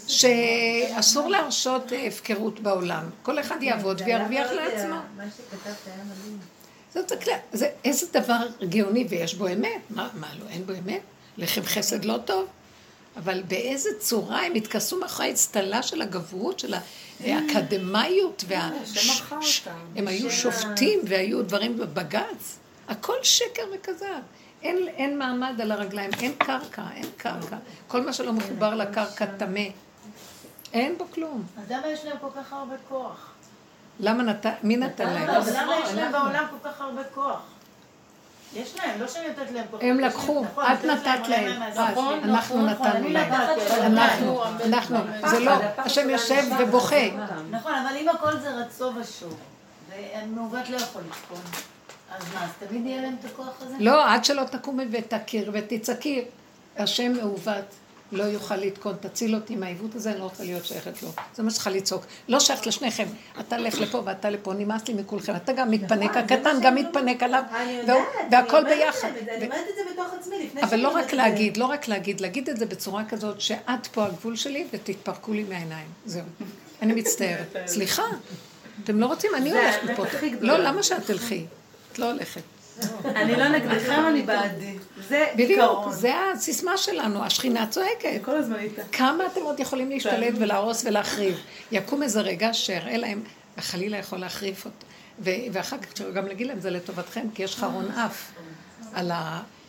שאסור להרשות הפקרות בעולם. כל אחד יעבוד וירוויח לעצמו. מה שכתבת היה מדהים. זאת כלל, זה איזה דבר גאוני ויש בו אמת. מה, מה לא, אין בו אמת? לחם חסד לא טוב? אבל באיזה צורה הם התכסו מאחורי האצטלה של הגברות, של האקדמיות, וה... הם היו שופטים והיו דברים בבג"ץ. הכל שקר וכזב. אין, אין מעמד על הרגליים, אין קרקע, אין קרקע. כל מה שלא מחובר לקרקע טמא. אין בו כלום. אז למה יש להם כל כך הרבה כוח? למה נת... מי נתן להם? למה יש להם בעולם כל כך הרבה כוח? יש להם, לא שאני נתת להם כוח. הם לקחו, את נתת להם, אנחנו נתנו להם. אנחנו, אנחנו, זה לא, השם יושב ובוכה. נכון, אבל אם הכל זה רצו ושוב, ומעוות לא יכול לתקון, אז מה, אז תמיד יהיה להם את הכוח הזה? לא, עד שלא תקומי ותכיר ותצעקי, השם מעוות. לא יוכל לתקון, תציל אותי מהעיוות הזה, אני לא רוצה להיות שייכת לו. זה מה שצריך לצעוק. לא שייכת לשניכם. אתה לך לפה ואתה לפה, נמאס לי מכולכם. אתה גם מתפנק, הקטן גם מתפנק עליו, והכל ביחד. אני אומרת את זה בתוך עצמי לפני אבל לא רק להגיד, לא רק להגיד, להגיד את זה בצורה כזאת, שאת פה הגבול שלי ותתפרקו לי מהעיניים. זהו. אני מצטערת. סליחה, אתם לא רוצים, אני הולכת לפה. לא, למה שאת תלכי? את לא הולכת. אני לא נגדכם, אני בעדי. זה בדיוק, זה הסיסמה שלנו, השכינה צועקת. כל הזמן איתה. כמה אתם עוד יכולים להשתלט ולהרוס ולהחריב? יקום איזה רגע שיראה להם, וחלילה יכול להחריף אותו. ואחר כך גם להגיד להם, זה לטובתכם, כי יש חרון אף על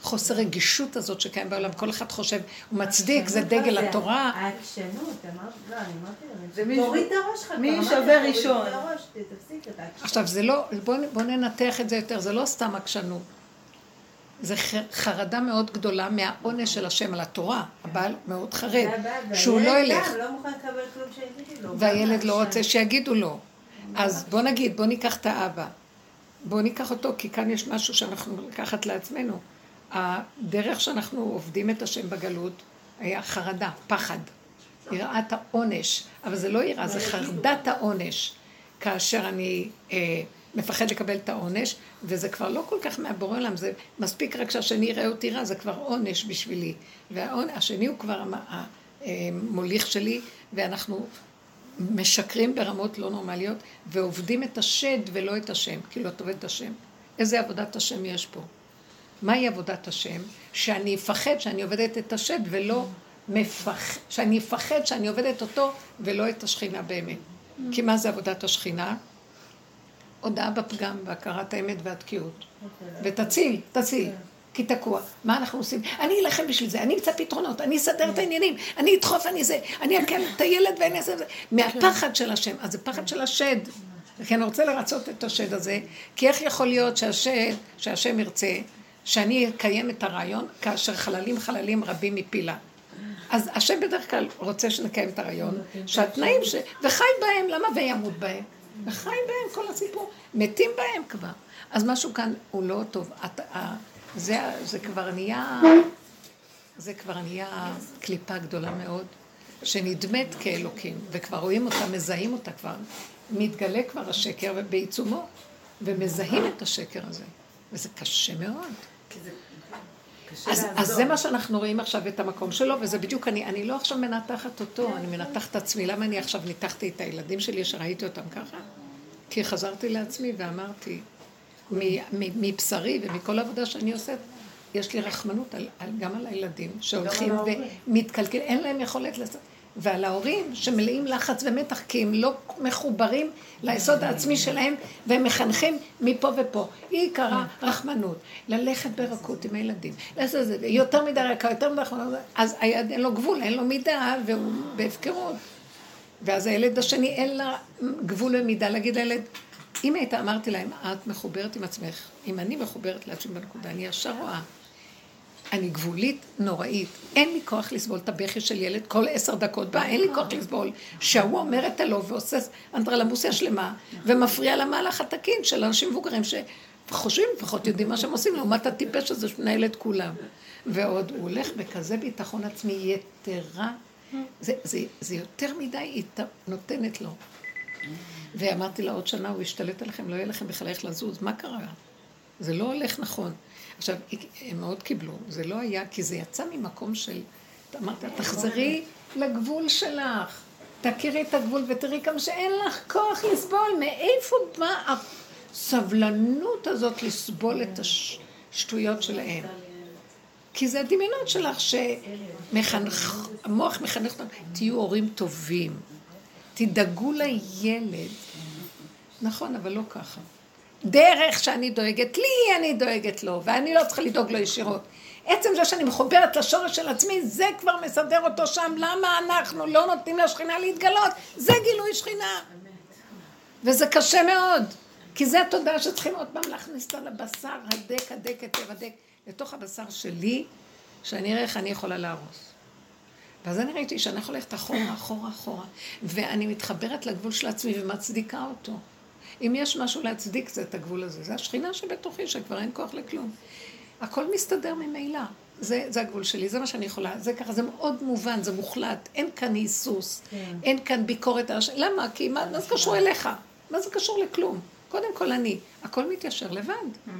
החוסר רגישות הזאת שקיים בעולם, כל אחד חושב, הוא מצדיק, זה דגל התורה. העקשנות, אמרת, לא, אני אמרתי מי- להם, תוריד את הראש שלך, מי כבר אמרתי, שובר תוריד ראשון? את הראש, תפסיק את העקשנות. עכשיו, זה לא, בואו בוא ננתח את זה יותר, זה לא סתם עקשנות. זה חרדה מאוד גדולה מהעונש של השם על התורה. הבעל מאוד חרד, שהוא לא ילך. והילד גם לא מוכן לקבל כלום שיגידו לו. והילד לא רוצה שיגידו לו. אז בוא נגיד, בוא ניקח את האבא. בוא ניקח אותו, כי כאן יש משהו שאנחנו לקחת לעצמנו. הדרך שאנחנו עובדים את השם בגלות היה חרדה, פחד. יראת העונש. אבל זה לא יראה, זה חרדת העונש. כאשר אני אה, מפחד לקבל את העונש, וזה כבר לא כל כך מהבורא עולם, זה מספיק רק שהשני יראה אותי רע, זה כבר עונש בשבילי. והשני הוא כבר המוליך שלי, ואנחנו משקרים ברמות לא נורמליות, ועובדים את השד ולא את השם, כאילו את עובדת השם. איזה עבודת השם יש פה? מהי עבודת השם? שאני אפחד שאני עובדת את השד ולא מפחד, שאני אפחד שאני עובדת אותו ולא את השכינה באמת. כי מה זה עבודת השכינה? הודעה בפגם והכרת האמת והתקיעות. ותציל, תציל, כי תקוע. מה אנחנו עושים? אני אלחם בשביל זה, אני אמצא פתרונות, אני אסדר את העניינים, אני אדחוף, אני זה, אני אקל את הילד ואני אעשה את זה. מהפחד של השם, אז זה פחד של השד. כי אני רוצה לרצות את השד הזה, כי איך יכול להיות שהשד, שהשם ירצה, שאני אקיים את הרעיון, כאשר חללים חללים רבים מפילה. אז השם בדרך כלל רוצה שנקיים את הרעיון, שהתנאים ש... וחי בהם, למה וימות בהם? וחי בהם כל הסיפור, מתים בהם כבר. אז משהו כאן הוא לא טוב. את, זה, זה כבר נהיה, זה כבר נהיה קליפה גדולה מאוד, שנדמת כאלוקים, וכבר רואים אותה, מזהים אותה כבר, מתגלה כבר השקר בעיצומו, ומזהים את השקר הזה. וזה קשה מאוד. אז, אז זה מה שאנחנו רואים עכשיו את המקום שלו, וזה בדיוק, אני, אני לא עכשיו מנתחת אותו, אני מנתחת את עצמי. למה אני עכשיו ניתחתי את הילדים שלי שראיתי אותם ככה? כי חזרתי לעצמי ואמרתי, מבשרי ומכל העבודה שאני עושה, יש לי רחמנות על, על, גם על הילדים שהולכים ומתקלקלים, אין להם יכולת לעשות. ועל ההורים שמלאים לחץ ומתח, כי הם לא מחוברים ליסוד העצמי שלהם, והם מחנכים מפה ופה. היא עיקרה רחמנות, ללכת ברכות עם הילדים. יותר מדי רכה, יותר מדי רחמנות, אז היד אין לו גבול, אין לו מידה, והוא בהפקרות. ואז הילד השני אין לה גבול ומידה, להגיד לילד, אם היית אמרתי להם, את מחוברת עם עצמך, אם אני מחוברת לעצמי בנקודה, אני ישר רואה. אני גבולית נוראית, אין לי כוח לסבול את הבכי של ילד כל עשר דקות בה, אין לי כוח לסבול שההוא אומר את הלא ועושה אנדרלמוסיה שלמה ומפריע למהלך התקין של אנשים מבוגרים שחושבים, לפחות יודעים מה שהם עושים, לעומת הטיפש הזה שמנהל את כולם. ועוד הוא הולך בכזה ביטחון עצמי יתרה, זה, זה, זה יותר מדי היא נותנת לו. ואמרתי לה עוד שנה, הוא ישתלט עליכם, לא יהיה לכם בכלל איך לזוז, מה קרה? זה לא הולך נכון. עכשיו, הם מאוד קיבלו, זה לא היה, כי זה יצא ממקום של, אמרת, תחזרי לגבול שלך, תכירי את הגבול ותראי כמה שאין לך כוח לסבול, מאיפה באה הסבלנות הזאת לסבול את השטויות שלהם? כי זה הדמיונות שלך שהמוח מחנך אותם, תהיו הורים טובים, תדאגו לילד, נכון, אבל לא ככה. דרך שאני דואגת לי, אני דואגת לו, ואני לא צריכה לדאוג לו ישירות. עצם זה שאני מחוברת לשורש של עצמי, זה כבר מסדר אותו שם. למה אנחנו לא נותנים לשכינה להתגלות? זה גילוי שכינה. וזה קשה מאוד, כי זה התודעה שצריכים עוד פעם להכניס אותה לבשר, הדק, הדק, הדק, הדק, לתוך הבשר שלי, שאני אראה איך אני יכולה להרוס. ואז אני ראיתי שאני יכולה ללכת אחורה, אחורה, אחורה, ואני מתחברת לגבול של עצמי ומצדיקה אותו. אם יש משהו להצדיק, זה את הגבול הזה. זה השכינה שבתוכי, שכבר אין כוח לכלום. הכל מסתדר ממילא. זה, זה הגבול שלי, זה מה שאני יכולה. זה ככה, זה מאוד מובן, זה מוחלט. אין כאן היסוס, אין כאן ביקורת. למה? כי מה, מה זה קשור אליך? מה זה קשור לכלום? קודם כל אני. הכל מתיישר לבד.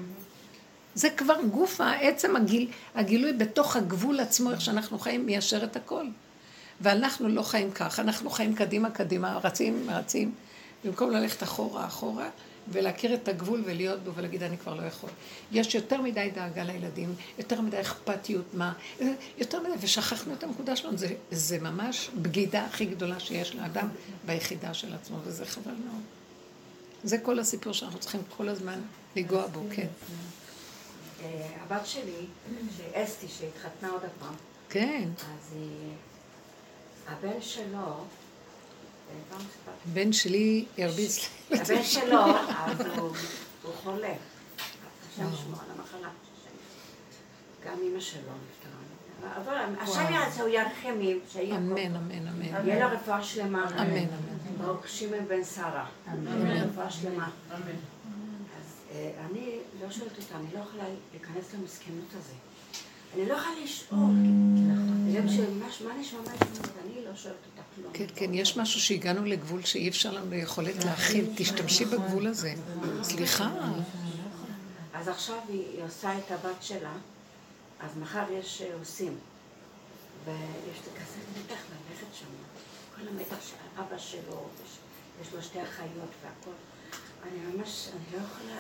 זה כבר גוף, העצם הגיל, הגילוי בתוך הגבול עצמו, איך שאנחנו חיים, מיישר את הכל. ואנחנו לא חיים כך, אנחנו חיים קדימה, קדימה, רצים, רצים. במקום ללכת אחורה, אחורה, ולהכיר את הגבול ולהיות בו ולהגיד, אני כבר לא יכול. יש יותר מדי דאגה לילדים, יותר מדי אכפתיות, מה, יותר מדי, ושכחנו את הנקודה שלנו, זה, זה ממש בגידה הכי גדולה שיש לאדם ביחידה של עצמו, וזה חבל מאוד. זה כל הסיפור שאנחנו צריכים כל הזמן לגוע בו, כן. הבת שלי, אסתי, שהתחתנה עוד הפעם, כן. אז היא, הבן שלו, בן שלי ירביץ לי. הבן שלו, אז הוא חולה. השם שמור על המחלה. גם אמא שלו נפטרה. אבל השם יעשה, הוא ירחם, אמן, אמן, אמן. יהיה לה רפואה שלמה. אמן, אמן. ברוך שמעון בן שרה. אמן. רפואה שלמה. אמן. אז אני לא שואלת אותה, אני לא יכולה להיכנס למסכנות הזה. אני לא יכולה לשאול. מה נשמע מה נשמע, אני לא שואלת אותה כלום. כן, כן, יש משהו שהגענו לגבול שאי אפשר לנו יכולת להכיל. תשתמשי בגבול הזה. סליחה. אז עכשיו היא עושה את הבת שלה, אז מחר יש עושים. ויש לי כזה מתח ללכת שם. כל המתח של אבא שלו, יש לו שתי אחיות והכל. אני ממש, אני לא יכולה...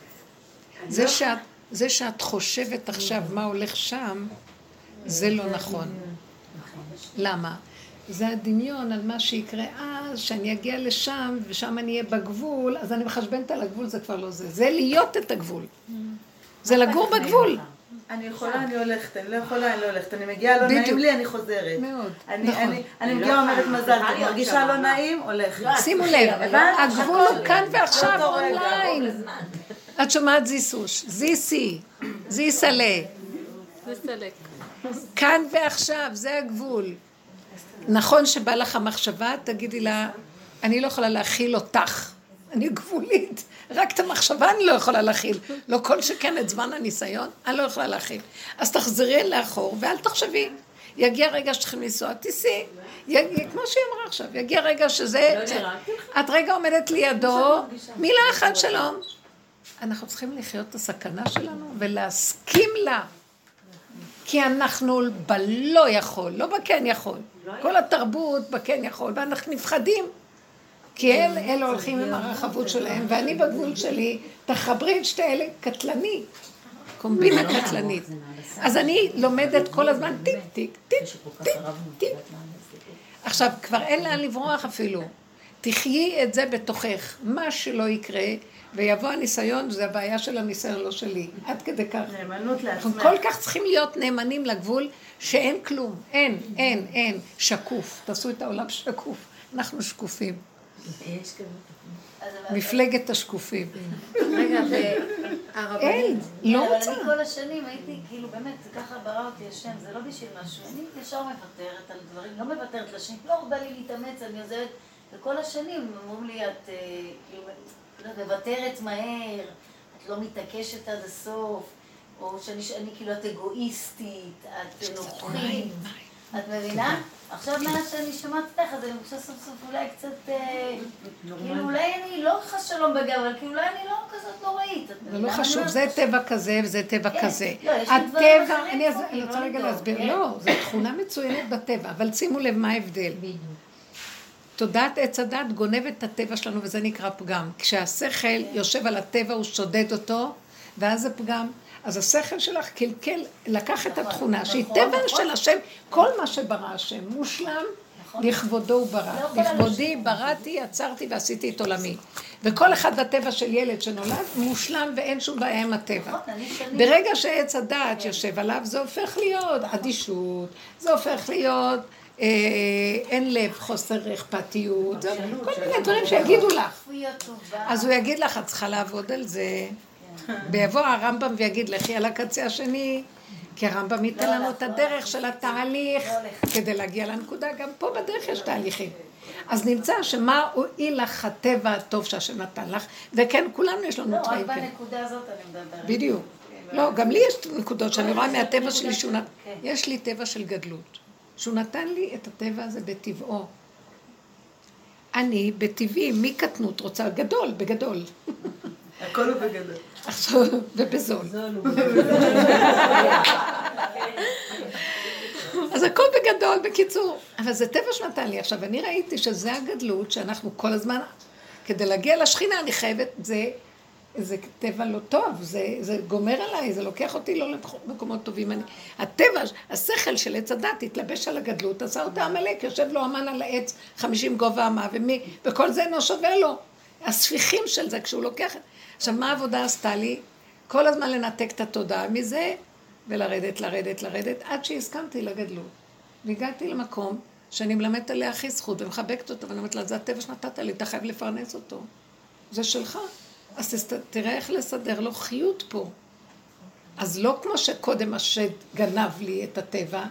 זה שאת, זה שאת חושבת עכשיו מה הולך שם, זה לא נכון. למה? זה הדמיון על מה שיקרה אז, שאני אגיע לשם, ושם אני אהיה בגבול, אז אני מחשבנת על הגבול, זה כבר לא זה. זה להיות את הגבול. זה לגור בגבול. אני יכולה, אני הולכת, אני לא יכולה, אני לא הולכת. אני מגיעה, לא נעים לי, אני חוזרת. מאוד, נכון. אני מגיעה, אומרת מזל, אני מרגישה לא נעים, הולכת. שימו לב, הגבול הוא כאן ועכשיו אונליין. את שומעת זיסוש, זיסי, זיסלה. זיסלק. כאן ועכשיו, זה הגבול. נכון שבא לך המחשבה, תגידי לה, אני לא יכולה להכיל אותך. אני גבולית. רק את המחשבה אני לא יכולה להכיל. לא כל שכן את זמן הניסיון, אני לא יכולה להכיל. אז תחזרי לאחור ואל תחשבי. יגיע רגע שתכם לנסוע, תיסי. כמו שהיא אמרה עכשיו, יגיע רגע שזה... את רגע עומדת לידו, מילה אחת שלום. אנחנו צריכים לחיות את הסכנה שלנו ולהסכים לה. כי אנחנו בלא יכול, לא בכן יכול. כל התרבות בכן יכול, ואנחנו נפחדים. כי אל, אלה הולכים עם הרחבות שלהם, ואני בגבול שלי, תחברי את שתי אלה קטלני, קומבינה קטלנית. אז אני לומדת כל הזמן טיק, טיק, טיק, טיק, טיק. עכשיו, כבר אין לאן לברוח אפילו. תחיי את זה בתוכך, מה שלא יקרה, ויבוא הניסיון, זה הבעיה של הניסיון, לא שלי. עד כדי כך. נאמנות לעצמך. אנחנו כל כך צריכים להיות נאמנים לגבול, שאין כלום, אין, אין, אין, שקוף. תעשו את העולם שקוף. אנחנו שקופים. מפלגת השקופים. רגע, והרבנית. אין, לא אבל רוצה. אני כל השנים הייתי, כאילו באמת, זה ככה ברא אותי השם, זה לא בשביל משהו. אני ישר מוותרת על דברים, לא מוותרת לשם, לא הרבה לי להתאמץ, אני עוזרת. וכל השנים אמרו לי, את מוותרת מהר, את לא מתעקשת עד הסוף, או שאני כאילו את אגואיסטית, את נוחית. את מבינה? עכשיו מאז שאני שמעת אותך, אז אני חושבת סוף סוף אולי קצת, כאילו אולי אני לא חס שלום בגב, אבל כאילו אולי אני לא כזאת נוראית. זה לא חשוב, זה טבע כזה וזה טבע כזה. הטבע, אני רוצה רגע להסביר, לא, זו תכונה מצוינת בטבע, אבל שימו לב מה ההבדל. תודעת עץ הדת גונבת את הטבע שלנו וזה נקרא פגם. כשהשכל יושב על הטבע הוא שודד אותו, ואז זה פגם. אז השכל שלך קלקל, לקח את התכונה, שהיא טבע של השם, כל מה שברא השם, מושלם, לכבודו הוא ברא. לכבודי בראתי, יצרתי ועשיתי את עולמי. וכל אחד בטבע של ילד שנולד, מושלם ואין שום בעיה עם הטבע. ברגע שעץ הדעת יושב עליו, זה הופך להיות אדישות, זה הופך להיות אין לב, חוסר אכפתיות, כל מיני דברים שיגידו לך. אז הוא יגיד לך, את צריכה לעבוד על זה. ויבוא הרמב"ם ויגיד לכי על הקצה השני, כי הרמב"ם ייתן לנו את הדרך של התהליך כדי להגיע לנקודה, גם פה בדרך יש תהליכים. אז נמצא שמה הועיל לך הטבע הטוב שהשם נתן לך, וכן, כולנו יש לנו טבעים. לא, רק בנקודה הזאת אני מדברת. בדיוק. לא, גם לי יש נקודות שאני רואה מהטבע שלי, יש לי טבע של גדלות, שהוא נתן לי את הטבע הזה בטבעו. אני בטבעי, מקטנות רוצה גדול, בגדול. הכל הוא בגדול. עכשיו, ובזול. אז הכל בגדול, בקיצור. אבל זה טבע שנתן לי. עכשיו, אני ראיתי שזה הגדלות שאנחנו כל הזמן, כדי להגיע לשכינה, אני חייבת, זה, זה טבע לא טוב, זה, זה גומר עליי, זה לוקח אותי לא למקומות טובים. אני, הטבע, השכל של עץ הדת התלבש על הגדלות, עשה אותה עמלק, יושב לו אמן על העץ, חמישים גובה אמה, ומי, וכל זה אינו שווה לו. הספיחים של זה, כשהוא לוקח... עכשיו, מה העבודה עשתה לי? כל הזמן לנתק את התודעה מזה, ולרדת, לרדת, לרדת, עד שהסכמתי לגדלות. והגעתי למקום שאני מלמדת עליה הכי זכות, ומחבקת אותה, ואני אומרת לה, זה הטבע שנתת לי, אתה חייב לפרנס אותו. זה שלך. אז תראה איך לסדר לו חיות פה. אז לא כמו שקודם השד גנב לי את הטבע,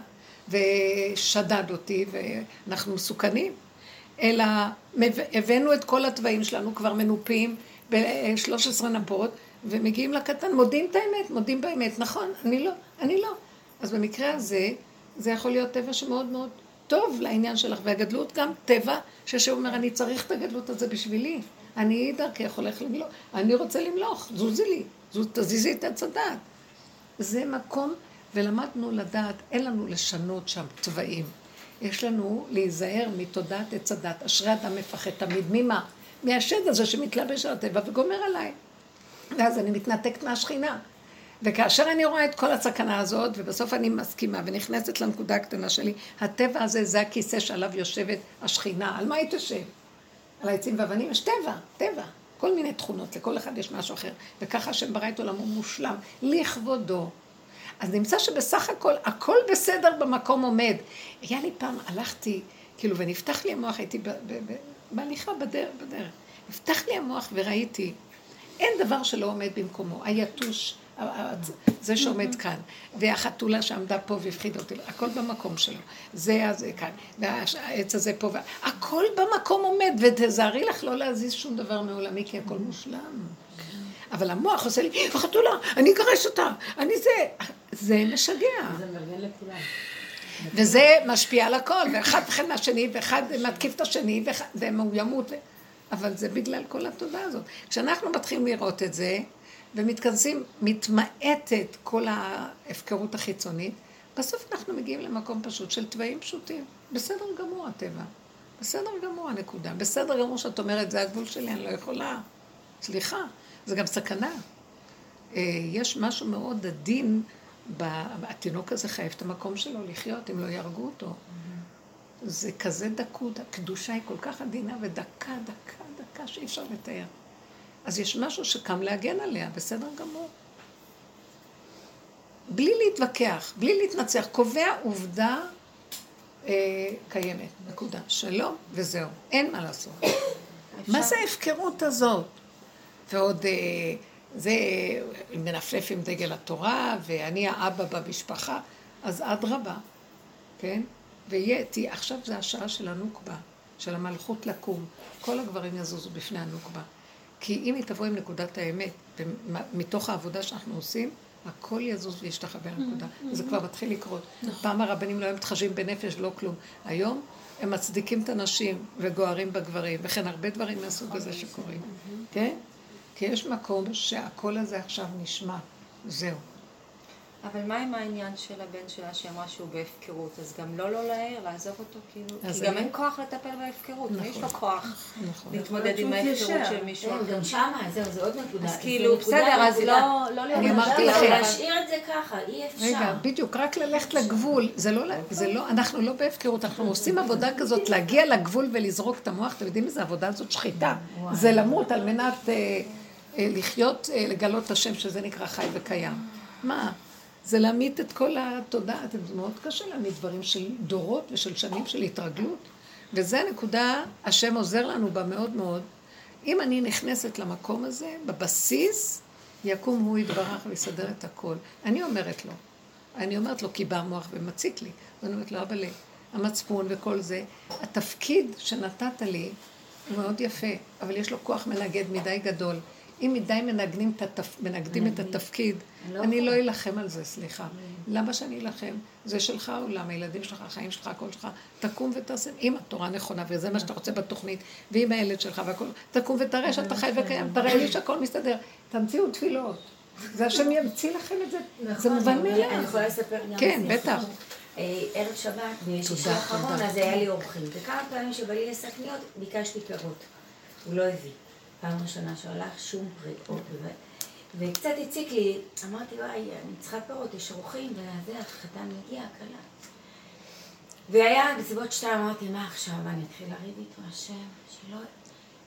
ושדד אותי, ואנחנו מסוכנים, אלא הבאנו את כל הטבעים שלנו, כבר מנופים, ב-שלוש עשרה נפות, ומגיעים לקטן, מודים את האמת, מודים באמת, נכון, אני לא, אני לא. אז במקרה הזה, זה יכול להיות טבע שמאוד מאוד טוב לעניין שלך, והגדלות גם טבע, שאומר, אני צריך את הגדלות הזה בשבילי, אני דרכך הולך למלוך, אני רוצה למלוך, זוזי לי, זוז, תזיזי את הצדד. זה מקום, ולמדנו לדעת, אין לנו לשנות שם צבעים, יש לנו להיזהר מתודעת הצדת, אשרי אדם מפחד תמיד, ממה? מהשד הזה שמתלבש על הטבע וגומר עליי. ואז אני מתנתקת מהשכינה. וכאשר אני רואה את כל הסכנה הזאת, ובסוף אני מסכימה ונכנסת לנקודה הקטנה שלי, הטבע הזה זה הכיסא שעליו יושבת השכינה. על מה היא תשב? על העצים ואבנים? יש טבע, טבע. כל מיני תכונות, לכל אחד יש משהו אחר. וככה השם ברא את עולמו מושלם, לכבודו. אז נמצא שבסך הכל, הכל בסדר במקום עומד. היה לי פעם, הלכתי, כאילו, ונפתח לי המוח, הייתי בהליכה בדרך, בדרך. נפתח לי המוח וראיתי, אין דבר שלא עומד במקומו. היתוש, זה שעומד כאן, והחתולה שעמדה פה והפחיד אותי, הכל במקום שלו. זה הזה כאן, והעץ הזה פה, הכל במקום עומד, ותזהרי לך לא להזיז שום דבר מעולמי, כי הכל מושלם. אבל המוח עושה לי, החתולה, אני אגרש אותה, אני זה, זה משגע. זה מרגן לכולם. וזה משפיע על הכל, ואחד פחד מהשני, ואחד מתקיף את השני, והוא ימות. אבל זה בגלל כל התודעה הזאת. כשאנחנו מתחילים לראות את זה, ומתכנסים, מתמעטת כל ההפקרות החיצונית, בסוף אנחנו מגיעים למקום פשוט של טבעים פשוטים. בסדר גמור הטבע. בסדר גמור הנקודה. בסדר גמור שאת אומרת, זה הגבול שלי, אני לא יכולה. סליחה, זה גם סכנה. יש משהו מאוד עדין, התינוק הזה חייב את המקום שלו לחיות, אם לא ירגו אותו. זה כזה דקות, הקדושה היא כל כך עדינה, ודקה, דקה, דקה שאי אפשר לתאר. אז יש משהו שקם להגן עליה, בסדר גמור. בלי להתווכח, בלי להתנצח, קובע עובדה אה, קיימת, נקודה. שלום וזהו, אין מה לעשות. מה זה ההפקרות הזאת? ועוד אה, זה מנפנף עם דגל התורה, ואני האבא במשפחה, אז עד רבה, כן? ויהיה, תהיה, עכשיו זה השעה של הנוקבה, של המלכות לקום. כל הגברים יזוזו בפני הנוקבה. כי אם היא תבוא עם נקודת האמת, מתוך העבודה שאנחנו עושים, הכל יזוז וישתחווה לנקודה. וזה כבר מתחיל לקרות. פעם הרבנים לא היו מתחשבים בנפש, לא כלום. היום הם מצדיקים את הנשים וגוערים בגברים, וכן הרבה דברים מהסוג הזה שקורים. כן? כי יש מקום שהכל הזה עכשיו נשמע. זהו. אבל מה עם העניין של הבן שלה שאמרה שהוא בהפקרות? אז גם לא לא להעיר, לעזוב אותו כאילו? כי גם אין כוח לטפל בהפקרות. מי יש לו כוח להתמודד עם ההפקרות של מישהו אחר? גם שמה, זהו, זה עוד נקודה. אז כאילו, בסדר, אז לא להיות... אני אמרתי לכם. להשאיר את זה ככה, אי אפשר. רגע, בדיוק, רק ללכת לגבול. זה לא, אנחנו לא בהפקרות, אנחנו עושים עבודה כזאת, להגיע לגבול ולזרוק את המוח. אתם יודעים איזה עבודה הזאת שחיטה. זה למות על מנת לחיות, לגלות את השם שזה נקרא חי וקיים. מה? זה להעמיד את כל התודעה, זה מאוד קשה להעמיד דברים של דורות ושל שנים של התרגלות, וזה הנקודה, השם עוזר לנו בה מאוד מאוד. אם אני נכנסת למקום הזה, בבסיס, יקום הוא יתברך ויסדר את הכל. אני אומרת לו, אני אומרת לו, כי בא המוח ומציק לי, ואני אומרת לו, אבל המצפון וכל זה, התפקיד שנתת לי הוא מאוד יפה, אבל יש לו כוח מנגד מדי גדול. אם מדי מנגדים את, התפ... מנגדים את התפקיד, אני לא אלחם על זה, סליחה. למה שאני אלחם? זה שלך עולם, הילדים שלך, החיים שלך, הכל שלך, תקום ותעשה, אם התורה נכונה, וזה מה שאתה רוצה בתוכנית, ואם הילד שלך והכל, תקום ותראה שאתה חי וקיים, תראה לי שהכל מסתדר, תמציאו תפילות. זה השם ימציא לכם את זה, זה מובן מאליו. אני יכולה לספר גם... כן, בטח. ערב שבת, בשישי האחרון, אז היה לי אורחים, וכמה פעמים שבא לי לסקניות, ביקשתי פירות. הוא לא הביא. פעם ראשונה שהלך שום פריאות, וקצת הציק לי, אמרתי, וואי, אני צריכה פירות, יש אורחים, וזה, החתן מגיע, קלה. והיה בסביבות שתיים, אמרתי, מה עכשיו? אני אתחיל לריב איתו, השם, שלא...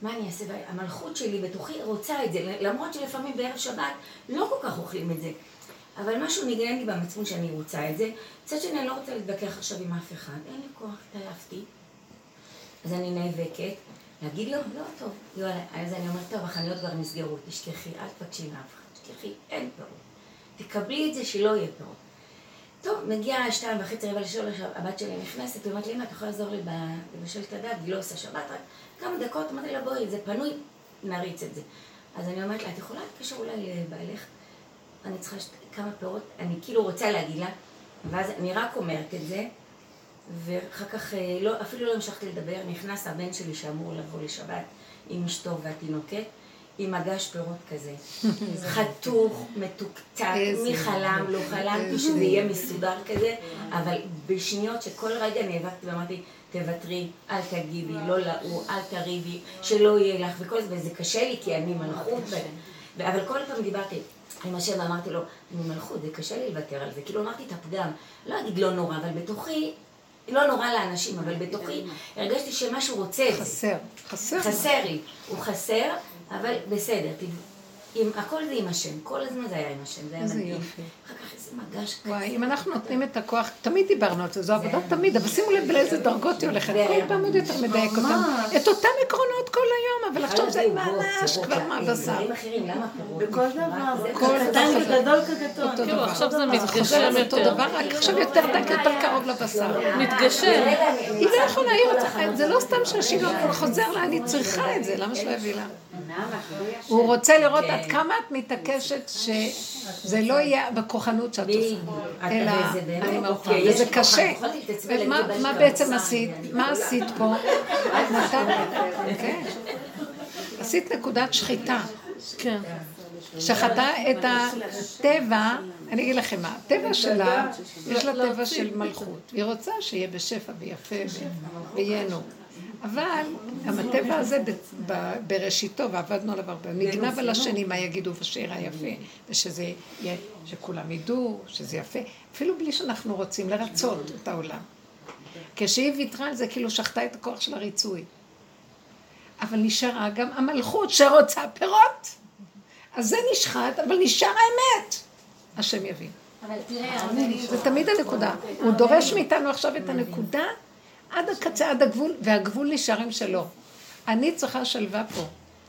מה אני אעשה? המלכות שלי בתוכי רוצה את זה, למרות שלפעמים בערב שבת לא כל כך אוכלים את זה. אבל משהו נגנן לי במצפון שאני רוצה את זה. קצת שאני אני לא רוצה להתווכח עכשיו עם אף אחד. אין לי כוח, התעייפתי. אז אני נאבקת. להגיד לו, לא, טוב. לא, אז אני אומרת, טוב, החנויות כבר נסגרו. תשכחי, אל תבקשי מאף אחד. תשכחי, אין פירות. תקבלי את זה שלא יהיה פירות. טוב, מגיעה שתיים וחצי רבע לשלוש, הבת שלי נכנסת, היא אומרת לי, אמא, אתה יכולה לעזור לי לבשל את הדג? היא לא עושה שבת, רק כמה דקות, אמרתי לה, בואי, זה פנוי, נריץ את זה. אז אני אומרת לה, את יכולה להתקשר אולי לבעלך? אני צריכה שת... כמה פירות, אני כאילו רוצה להגיד לה, ואז אני רק אומרת את זה, ואחר כך לא, אפילו לא המשכתי לדבר, נכנס הבן שלי שאמור לבוא לשבת עם אשתו והתינוקת, עם מגש פירות כזה, חתוך, מתוקתק, מי חלם, לא חלמתי שזה יהיה מסודר כזה, אבל בשניות שכל רגע נאבקתי ואמרתי, תוותרי, אל תגידי, לא לאו, אל תריבי, שלא יהיה לך, וכל זה, וזה קשה לי כי אני מלכות, אבל כל פעם דיברתי עם השם ואמרתי לו, אני מלכות, זה קשה לי לוותר על זה, כאילו אמרתי את הפגם, לא אגיד לא נורא, אבל בתוכי, לא נורא לאנשים, אבל בתוכי הרגשתי שמשהו רוצה את זה. חסר, חסר. חסר לי, הוא חסר, אבל בסדר, עם, הכל זה עם השם, כל הזמן זה היה עם השם, זה היה מדהים. אחר כך איזה מגש כזה. וואי, אם אנחנו נותנים את הכוח, תמיד דיברנו על זה, זו עבודה תמיד, אבל שימו לב לאיזה דרגות היא הולכת, כל פעם עוד יותר מדייק אותם, את אותם עקרונות כל היום, אבל עכשיו זה ממש כבר מהבשר. בכל דבר, כל קטן כגדול כגדול. כאילו, עכשיו זה מתגשם חוזר אותו יותר. דבר, רק עכשיו יותר דק, יותר קרוב לבשר. מתגשם. היא לא יכולה, היא רוצה, זה לא סתם שהשיגעון חוזר לה, אני צריכה את זה, למה שלא יביא לה? הוא רוצה לראות עד כמה את מתעקשת שזה לא יהיה בכוחנות שאת עושה, אלא אני מרפאה, וזה קשה. מה בעצם עשית? מה עשית פה? עשית נקודת שחיטה. כן. שחטה את הטבע, אני אגיד לכם מה, הטבע שלה, יש לה טבע של מלכות. היא רוצה שיהיה בשפע ויפה ויינו. אבל הטבע הזה בראשיתו, ועבדנו עליו הרבה, נגנב על השני מה יגידו ושיר היפה, ושזה יהיה, שכולם ידעו, שזה יפה, אפילו בלי שאנחנו רוצים לרצות את העולם. כשהיא ויתרה על זה, כאילו שחטה את הכוח של הריצוי. אבל נשארה גם המלכות שרוצה פירות. אז זה נשחט, אבל נשאר האמת. השם יבין. אבל תראה, זה תמיד הנקודה. הוא דורש מאיתנו עכשיו את הנקודה, עד הקצה, עד הגבול, והגבול נשארים שלו. אני צריכה שלווה פה.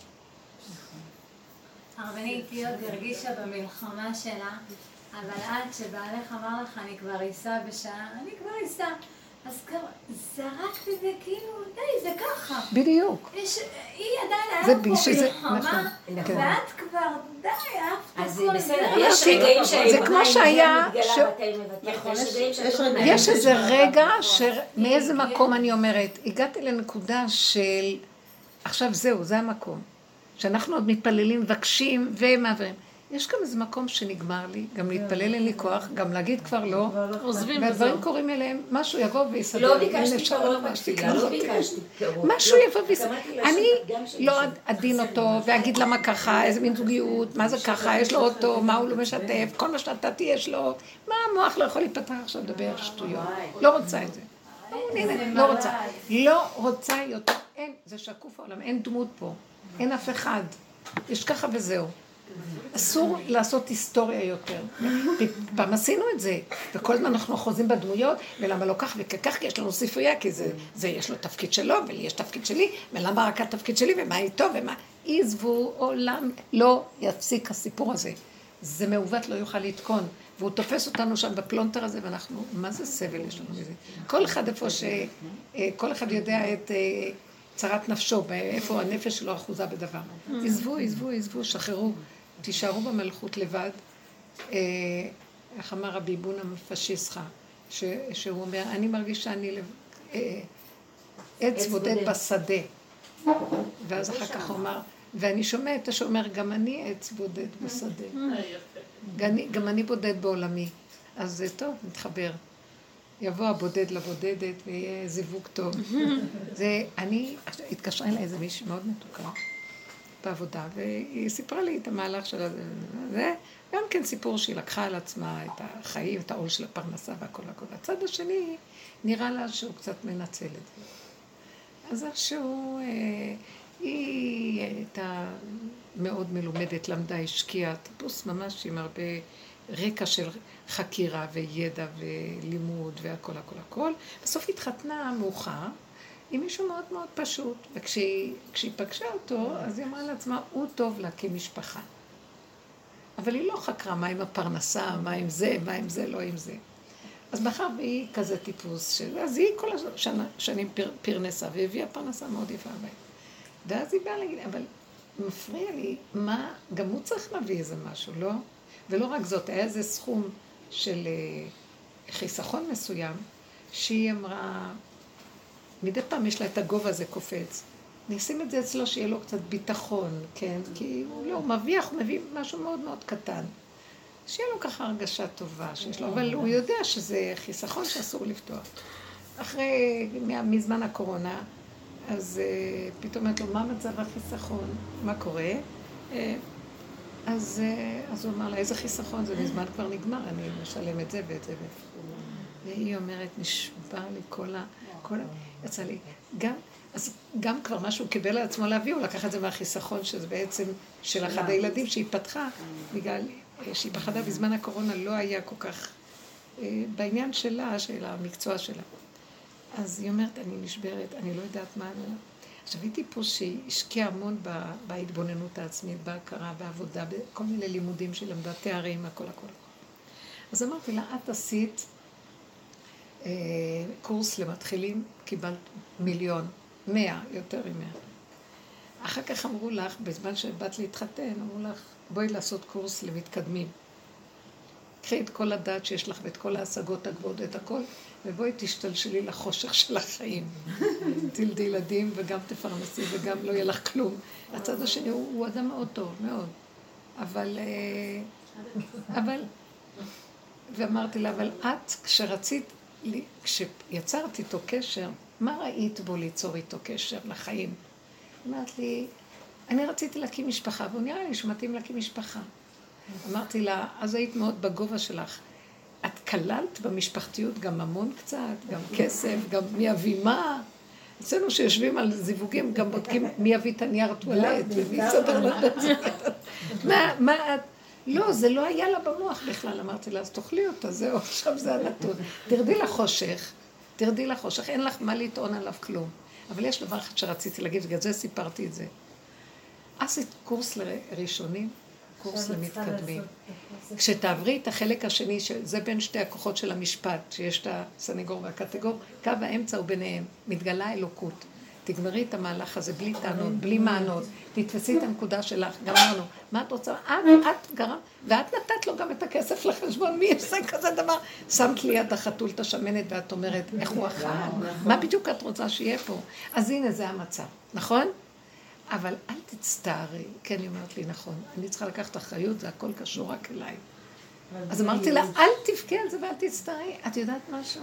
הרבנית, היא עוד הרגישה במלחמה שלה, אבל עד שבעלך אמר לך, אני כבר אסע בשעה, אני כבר אסע. אז זרקת את זה כאילו, די, זה ככה. בדיוק. היא ידעה לה פה מלחמה, ואת כבר, די, אהבת אז כל בסדר, זה. יש רגעים שהיא זה כמו שהיה, יש יש איזה רגע שמאיזה מקום אני אומרת, הגעתי לנקודה של, עכשיו זהו, זה המקום, שאנחנו עוד מתפללים, מבקשים ומעברים. יש גם איזה מקום שנגמר לי, גם להתפלל אין לי כוח, גם להגיד כבר לא, והדברים קוראים אליהם, משהו יבוא ויסדר. לא ביקשתי פירות בתפילה, לא ביקשתי פירות. משהו יבוא ויסדר. אני לא אדין אותו ואגיד למה ככה, איזה מין זוגיות, מה זה ככה, יש לו אוטו, מה הוא לא משתף, כל מה שנתתי יש לו, מה המוח לא יכול להיפתח עכשיו לדבר שטויות. לא רוצה את זה. לא רוצה. לא רוצה יותר. אין, זה שקוף העולם, אין דמות פה, אין אף אחד. יש ככה וזהו. אסור לעשות היסטוריה יותר. פעם עשינו את זה, וכל הזמן אנחנו חוזים בדמויות, ולמה לא כך וכך, כי יש לנו ספרייה, כי זה, זה יש לו תפקיד שלו, ולי יש תפקיד שלי, ולמה רק התפקיד שלי, ומה איתו, ומה... עזבו עולם, לא יפסיק הסיפור הזה. זה מעוות, לא יוכל לתקון, והוא תופס אותנו שם בפלונטר הזה, ואנחנו, מה זה סבל יש לנו מזה? כל אחד איפה ש... כל אחד יודע את... צרת נפשו, איפה הנפש שלו אחוזה בדבר. עזבו, עזבו, עזבו, שחררו, תישארו במלכות לבד. איך אמר רבי בונה מפשיסחה, שהוא אומר, אני מרגיש שאני עץ בודד בשדה. ואז אחר כך הוא אמר, ואני שומע את השומר, גם אני עץ בודד בשדה. גם אני בודד בעולמי. אז זה טוב, מתחבר. יבוא הבודד לבודדת ויהיה זיווג טוב. זה, אני, התקשרה אליי איזה מישהי מאוד מתוקה בעבודה, והיא סיפרה לי את המהלך שלה, זה גם כן סיפור שהיא לקחה על עצמה את החיים, את העול של הפרנסה והכל הכל. הצד השני נראה לה שהוא קצת מנצל את זה. אז איכשהו, היא הייתה מאוד מלומדת, למדה, השקיעה, טיפוס ממש עם הרבה רקע של חקירה וידע ולימוד והכל הכל הכל. בסוף התחתנה מאוחר עם מישהו מאוד מאוד פשוט, וכשהיא פגשה אותו, אז היא אמרה לעצמה, הוא טוב לה כמשפחה. אבל היא לא חקרה מה עם הפרנסה, מה עם זה, מה עם זה, לא עם זה. אז מאחר והיא כזה טיפוס של... אז היא כל השנים פר, פרנסה, והביאה פרנסה מאוד יפה הבית. ואז היא באה להגיד, אבל מפריע לי, מה, גם הוא צריך להביא איזה משהו, לא? ולא רק זאת, היה איזה סכום של חיסכון מסוים, שהיא אמרה, מדי פעם יש לה את הגובה הזה קופץ. נשים את זה אצלו שיהיה לו קצת ביטחון, כן? כי הוא לא, הוא מביח, הוא מביא משהו מאוד מאוד קטן. שיהיה לו ככה הרגשה טובה שיש לו, אבל הוא יודע שזה חיסכון שאסור לפתוח. אחרי, מזמן הקורונה, אז uh, פתאום אמרת לו, מה מצב החיסכון? מה קורה? Uh, אז, uh, אז הוא אמר לה, איזה חיסכון? זה מזמן כבר נגמר, אני משלם את זה ואת זה. והיא אומרת, נשבר לי כל ה... כל ה... יצא לי, גם, אז גם כבר משהו קיבל על עצמו להביא, הוא לקח את זה מהחיסכון, שזה בעצם של אחד הילדים שהיא פתחה, בגלל שהיא פחדה בזמן הקורונה, לא היה כל כך בעניין שלה, של המקצוע שלה. אז היא אומרת, אני נשברת, אני לא יודעת מה אני... עכשיו, היא טיפוס שהיא השקיעה המון בהתבוננות העצמית, בהכרה, בעבודה, בכל מיני לימודים של למדה, תארים, הכל הכל. אז אמרתי לה, את עשית קורס למתחילים, קיבלת מיליון, מאה, יותר ממאה. אחר כך אמרו לך, בזמן שבאת להתחתן, אמרו לך, בואי לעשות קורס למתקדמים. קחי את כל הדעת שיש לך ואת כל ההשגות הגבוהות ואת הכל, ובואי תשתלשלי לחושך של החיים. תלדי ילדים וגם תפרנסי וגם לא יהיה לך כלום. הצד השני הוא, הוא אדם מאוד טוב, מאוד. אבל, אבל, ואמרתי לה, אבל את, כשרצית, כשיצרת איתו קשר, מה ראית בו ליצור איתו קשר לחיים? אמרת לי, אני רציתי להקים משפחה, והוא נראה לי שמתאים להקים משפחה. אמרתי לה, אז היית מאוד בגובה שלך. את כללת במשפחתיות גם ממון קצת, גם כסף, גם מי אביא מה. אצלנו שיושבים על זיווגים, גם בודקים מי אביא את הנייר טואלט, ומי סדר לו את זה. מה את... לא, זה לא היה לה במוח בכלל. אמרתי לה, אז תאכלי אותה, זהו, עכשיו זה הנתון. תרדי לחושך, תרדי לחושך, אין לך מה לטעון עליו כלום. אבל יש דבר אחד שרציתי להגיד, בגלל זה סיפרתי את זה. עשית קורס לראשונים, קורס למתקדמים. כשתעברי את החלק השני, שזה בין שתי הכוחות של המשפט, שיש את הסנגור והקטגור, קו האמצע הוא ביניהם, מתגלה אלוקות. תגמרי את המהלך הזה בלי טענות, בלי מענות, תתפסי את הנקודה שלך, גמרנו. מה את רוצה? את, את גרם, ואת נתת לו גם את הכסף לחשבון, מי עושה כזה דבר? שמת ליד החתול את השמנת ואת אומרת, איך הוא אכל? מה בדיוק את רוצה שיהיה פה? אז הנה זה המצב, נכון? אבל אל תצטערי, כן, היא אומרת לי, נכון, אני צריכה לקחת אחריות, זה הכל קשור רק אליי. אז אמרתי לה, אל תבכי על זה ואל תצטערי, את יודעת משהו?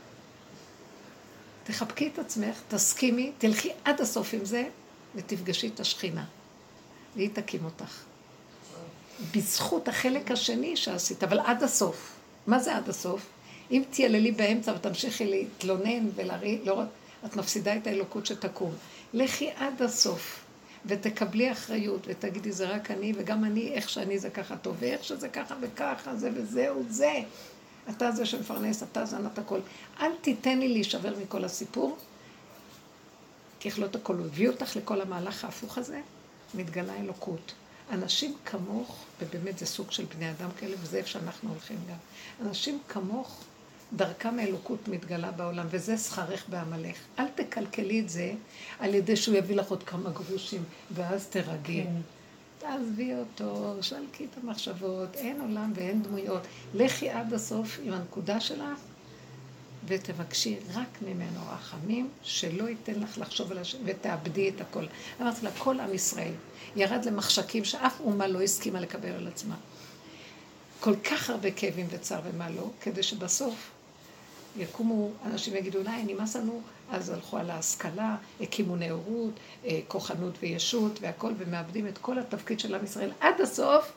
תחבקי את עצמך, תסכימי, תלכי עד הסוף עם זה, ותפגשי את השכינה. והיא תקים אותך. בזכות החלק השני שעשית, אבל עד הסוף. מה זה עד הסוף? אם תייללי באמצע ותמשיכי להתלונן ולהראי, לא, את מפסידה את האלוקות שתקום. לכי עד הסוף, ותקבלי אחריות, ותגידי, זה רק אני, וגם אני, איך שאני זה ככה טוב, ואיך שזה ככה וככה, זה וזהו זה. אתה זה שמפרנס, אתה זה נת הכל. אל תיתן לי להישבר מכל הסיפור, ככלות הכל, הוא הביא אותך לכל המהלך ההפוך הזה, מתגלה אלוקות. אנשים כמוך, ובאמת זה סוג של בני אדם כאלה, וזה איפה שאנחנו הולכים גם. אנשים כמוך, דרכם האלוקות מתגלה בעולם, וזה שכרך בעמלך. אל תקלקלי את זה על ידי שהוא יביא לך עוד כמה גרושים, ואז תרגי. תעזבי אותו, שלקי את המחשבות, אין עולם ואין דמויות. לכי עד הסוף עם הנקודה שלך, ותבקשי רק ממנו רחמים, שלא ייתן לך לחשוב על השם, ותאבדי את הכל. אמרתי לה, כל עם ישראל ירד למחשקים שאף אומה לא הסכימה לקבל על עצמה. כל כך הרבה כאבים וצער ומה לא, כדי שבסוף יקומו אנשים יגידו, אולי נמאס לנו, אז הלכו על ההשכלה, הקימו נאורות, כוחנות וישות והכל, ומאבדים את כל התפקיד של עם ישראל. עד הסוף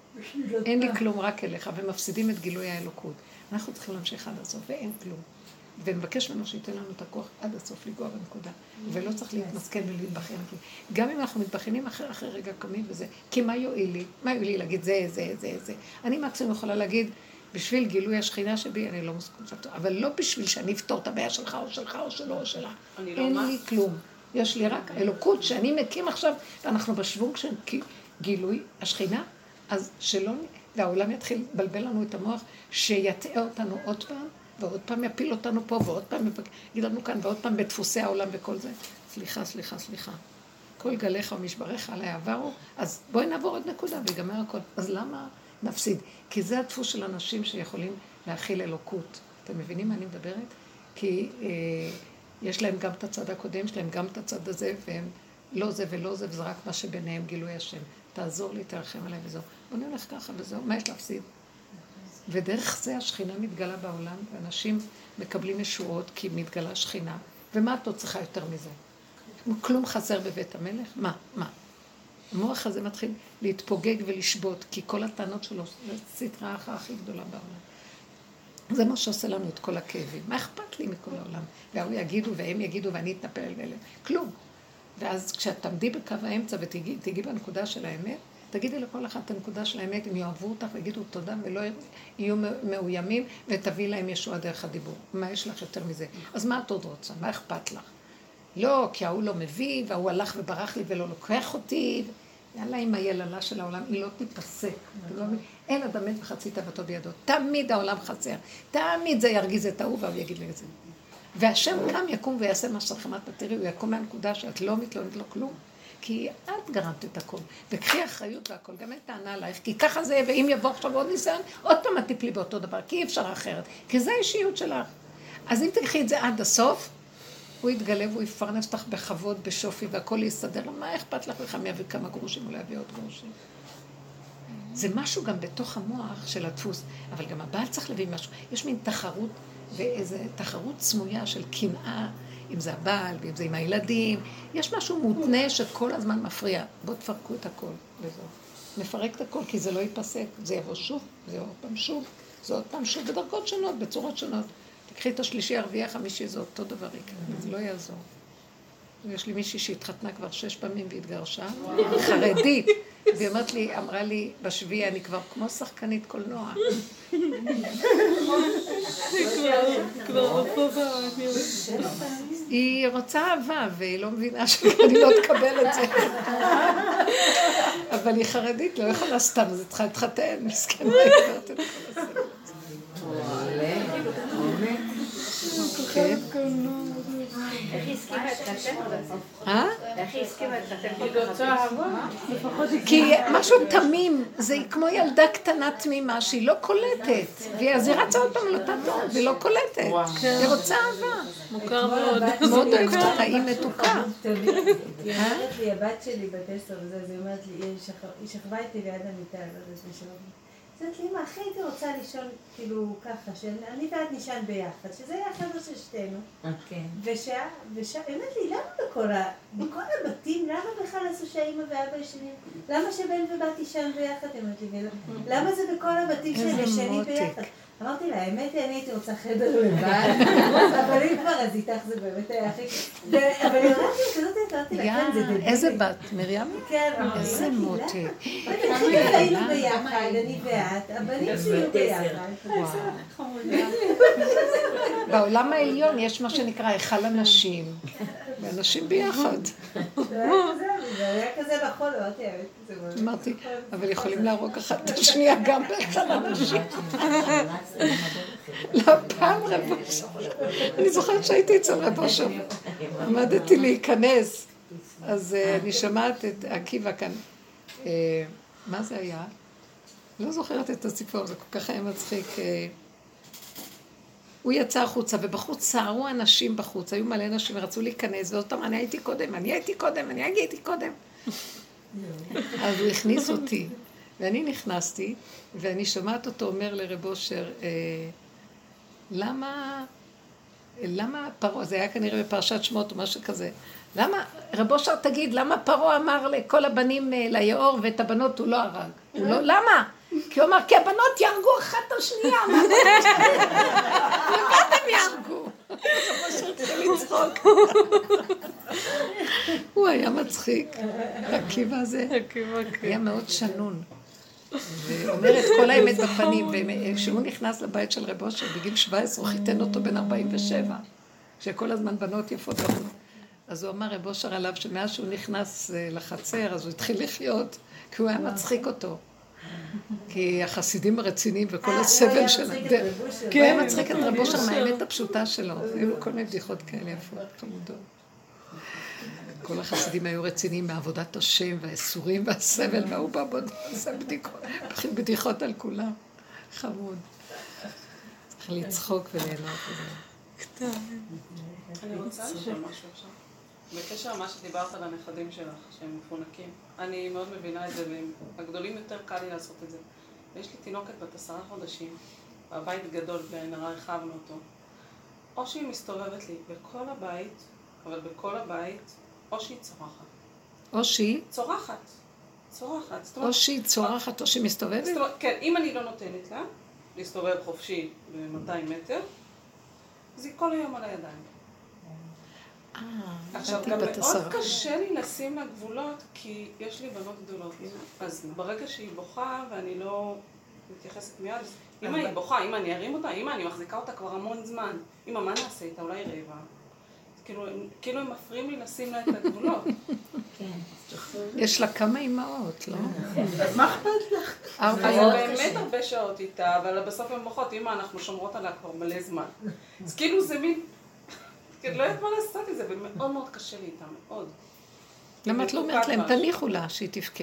אין לי כלום רק אליך, ומפסידים את גילוי האלוקות. אנחנו צריכים להמשיך עד הסוף, ואין כלום. ונבקש ממנו שייתן לנו את הכוח עד הסוף לגוע בנקודה, ולא צריך להתמסכן ולהתבחן. גם אם אנחנו מתבחנים אחרי, אחרי רגע קמים וזה, כי מה יועיל לי? מה יועיל לי להגיד זה, זה, זה, זה? אני מקסימום יכולה להגיד, בשביל גילוי השכינה שבי, אני לא מסכנת, אבל לא בשביל שאני אפתור את הבעיה שלך או שלך או שלו או שלה. אין לי כלום. יש לי רק אלוקות שאני מקים עכשיו, ואנחנו בשוונג של גילוי השכינה, אז שלא, והעולם יתחיל לבלבל לנו את המוח, שיטעה אותנו עוד פעם, ועוד פעם יפיל אותנו פה, ועוד פעם יגיד לנו כאן, ועוד פעם בדפוסי העולם וכל זה. סליחה, סליחה, סליחה. כל גליך ומשבריך עליי עברו, אז בואי נעבור עוד נקודה ויגמר הכל. אז למה נפסיד? כי זה הדפוס של אנשים שיכולים להכיל אלוקות. אתם מבינים מה אני מדברת? כי אה, יש להם גם את הצד הקודם, יש להם גם את הצד הזה, והם לא זה ולא זה, וזה רק מה שביניהם גילוי השם. תעזור לי, תרחם עליי וזהו. בוא נלך ככה וזהו, מה יש להפסיד? ודרך זה השכינה מתגלה בעולם, ואנשים מקבלים ישועות כי מתגלה שכינה. ומה את עוד צריכה יותר מזה? כלום חסר בבית המלך? מה? מה? המוח הזה מתחיל להתפוגג ולשבות, כי כל הטענות שלו זה סטרה הכי גדולה בעולם. זה מה שעושה לנו את כל הכאבים. מה אכפת לי מכל העולם? והוא יגידו והם יגידו ואני אתנפל ואלה. כלום. ואז כשאת תעמדי בקו האמצע ותגיעי בנקודה של האמת, תגידי לכל אחד את הנקודה של האמת, הם יאהבו אותך ויגידו תודה ולא יהיו מאוימים ותביא להם ישועה דרך הדיבור. מה יש לך יותר מזה? אז מה את עוד רוצה? מה אכפת לך? לא, כי ההוא לא מביא והוא הלך וברח לי ולא לוקח אותי. יאללה, עם היללה של העולם, היא לא תיפסק. אין אדם מת וחצי תאוותו בידו. תמיד העולם חסר. תמיד זה ירגיז את ההוא והוא יגיד לי את זה. והשם קם יקום ויעשה מה שלכם, את תראי, הוא יקום מהנקודה שאת לא מתלוננת לו כלום. כי את גרמת את הכל, וקחי אחריות והכל, גם אין טענה עלייך, כי ככה זה, ואם יבוא עכשיו עוד ניסיון, עוד פעם את תיפלי באותו דבר, כי אי אפשר אחרת, כי זה האישיות שלך. אז אם תקחי את זה עד הסוף, הוא יתגלה והוא יפרנס אותך בכבוד, בשופי, והכל יסתדר, מה אכפת לך לך מי יביא כמה גרושים, אולי יביא עוד גרושים. זה משהו גם בתוך המוח של הדפוס, אבל גם הבעל צריך להביא משהו. יש מין תחרות, ואיזו תחרות סמויה של קנאה, אם זה הבעל, ואם זה עם הילדים, יש משהו מותנה שכל הזמן מפריע. בואו תפרקו את הכל, וזהו. נפרק את הכל, כי זה לא ייפסק. זה יבוא שוב, זה עוד פעם שוב, זה עוד פעם שוב, בדרגות שונות, בצורות שונות. תקחי את השלישי, הרביעי, החמישי, זה אותו דבר יקרה, זה לא יעזור. יש לי מישהי שהתחתנה כבר שש פעמים והתגרשה, חרדית, והיא אומרת לי, אמרה לי, בשביעי, אני כבר כמו שחקנית קולנוע. היא רוצה אהבה, והיא לא מבינה שאני לא תקבל את זה. אבל היא חרדית, לא יכולה סתם, אז היא צריכה להתחתן, מסכנה, היא עוברת את כל הסרט. כן. איך היא הסכימה להתחתן? אה? איך היא הסכימה להתחתן? היא רוצה אהבה? כי משהו תמים, זה כמו ילדה קטנה תמימה שהיא לא קולטת, והיא רצה עוד פעם לאותה טוב, והיא לא קולטת. היא רוצה אהבה. מוכר מאוד. מאוד אוהבת אותה, היא מתוקה. היא אומרת לי, הבת שלי בת עשר וזה, אז היא אומרת לי, היא שכבה איתי ליד המיטה, לא יודעת בשביל זאת אומרת לי, אמא, הכי הייתי רוצה לישון כאילו ככה, שאני ואת נשען ביחד, שזה היה החבר של שתינו. ושעה, ושעה, היא אומרת לי, למה בכל ה... בכל הבתים, למה בכלל עשו שהאמא ואבא ישנים? למה שבן ובת ישן ביחד? היא אומרת לי, למה זה בכל הבתים שהם ישנים ביחד? אמרתי לה, האמת היא, אני הייתי רוצה חדר לבד, אבל אם כבר אז איתך זה באמת היה הכי... אבל היא אמרת לי, כזאת אמרתי לה, כן, זה דבילי. איזה בת, מרים? כן, איזה מותק. היינו ביחד, אני ואת, הבנים שיהיו ביחד. בעולם העליון יש מה שנקרא היכל הנשים, ואנשים ביחד. זה היה כזה נכון, אמרתי, האמת. אמרתי, אבל יכולים להרוג אחת את השנייה גם בהיכל הנשים. לפעם רב אושר. אני זוכרת שהייתי אצל רב אושר. עמדתי להיכנס. אז אני שמעת את עקיבא כאן. מה זה היה? לא זוכרת את הסיפור, זה כל כך היה מצחיק. הוא יצא החוצה, ובחוץ צערו אנשים בחוץ. היו מלא אנשים ורצו להיכנס, ואותם אני הייתי קודם, אני הייתי קודם, אני הייתי קודם. אז הוא הכניס אותי. ואני נכנסתי, ואני שומעת אותו אומר לרב אושר, אה, למה, למה פרעה, זה היה כנראה בפרשת שמות או משהו כזה, למה, רב אושר תגיד, למה פרעה אמר לכל הבנים ליאור ואת הבנות הוא לא הרג? הוא לא, למה? כי הוא אמר, כי הבנות יהרגו אחת או שנייה, לבד הם יהרגו. רבו שהתחיל לצחוק. הוא היה מצחיק. עקיבא הזה היה מאוד שנון. ואומר את כל האמת בפנים, וכשהוא נכנס לבית של רב אושר בגיל שבע עשרה, הוא חיתן אותו בן ארבעים ושבע, שכל הזמן בנות יפות בחור. אז הוא אמר רב אושר עליו שמאז שהוא נכנס לחצר, אז הוא התחיל לחיות, כי הוא היה מצחיק אותו. כי החסידים הרציניים וכל הסבל שלהם. הוא היה מצחיק את רב אושר מהאמת הפשוטה שלו. היו לו כל מיני בדיחות כאלה יפות, חמודות. כל החסידים היו רציניים מעבודת השם והאיסורים והסבל, והוא בעבודה עושה בדיחות, בדיחות על כולם. חמוד. צריך לצחוק וליהנות. אני רוצה לשאול משהו עכשיו. בקשר למה שדיברת על הנכדים שלך, שהם מפונקים. אני מאוד מבינה את זה, והגדולים יותר קל לי לעשות את זה. ויש לי תינוקת בת עשרה חודשים, והבית גדול והנראה הרחבנו אותו. או שהיא מסתובבת לי בכל הבית, אבל בכל הבית, או שהיא צורחת. או שהיא? צורחת. צורחת. או שהיא צורחת או שהיא מסתובבת? כן, אם אני לא נותנת לה להסתובב חופשי ב-מאתיים מטר, אז היא כל היום על הידיים. עכשיו, גם מאוד קשה לי לשים לה גבולות, כי יש לי בנות גדולות. אז ברגע שהיא בוכה ואני לא מתייחסת מיד, אמא היא בוכה, אמא אני ארים אותה, אמא אני מחזיקה אותה כבר המון זמן. אמא, מה נעשה איתה? אולי רבע. כאילו הם מפריעים לי לשים לה את הגבולות. יש לה כמה אימהות, לא? אז מה אכפת לך? אני באמת הרבה שעות איתה, אבל בסוף הן בוכות, אמא אנחנו שומרות עליה כבר מלא זמן. אז כאילו זה מין... לא יודעת מה לעשות את זה, ומאוד מאוד קשה לי איתה, מאוד. למה את לא אומרת להם, תניחו לה שהיא תבכה?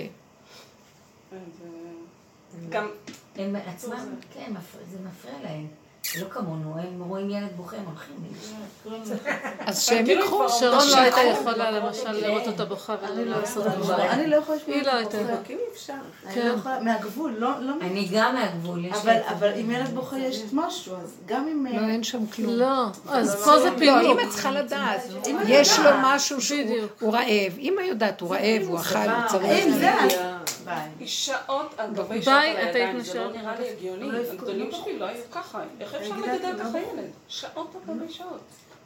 גם... הם עצמם, כן, זה מפריע להם. לא כמונו, הם רואים ילד בוכה, הם הולכים. אז שהם יקחו. שרון לא הייתה יכולה למשל לראות אותה בוכה ולא לעשות את זה. אני לא יכולה היא לא הייתה. כאילו אפשר. אני לא יכולה, מהגבול, לא... אני גם מהגבול. אבל אם ילד בוכה יש משהו, אז גם אם... לא, אין שם כלום. לא, אז פה זה פינוק. לא, אמא צריכה לדעת. יש לו משהו שהוא רעב. אמא יודעת, הוא רעב, הוא אכל, הוא צריך. אם זה... היא שעות על גבי שעות על הידיים, זה לא נראה לי הגיוני. הגדולים שלי לא היו ככה. איך אפשר לגדל ככה ילד? שעות על גבי שעות.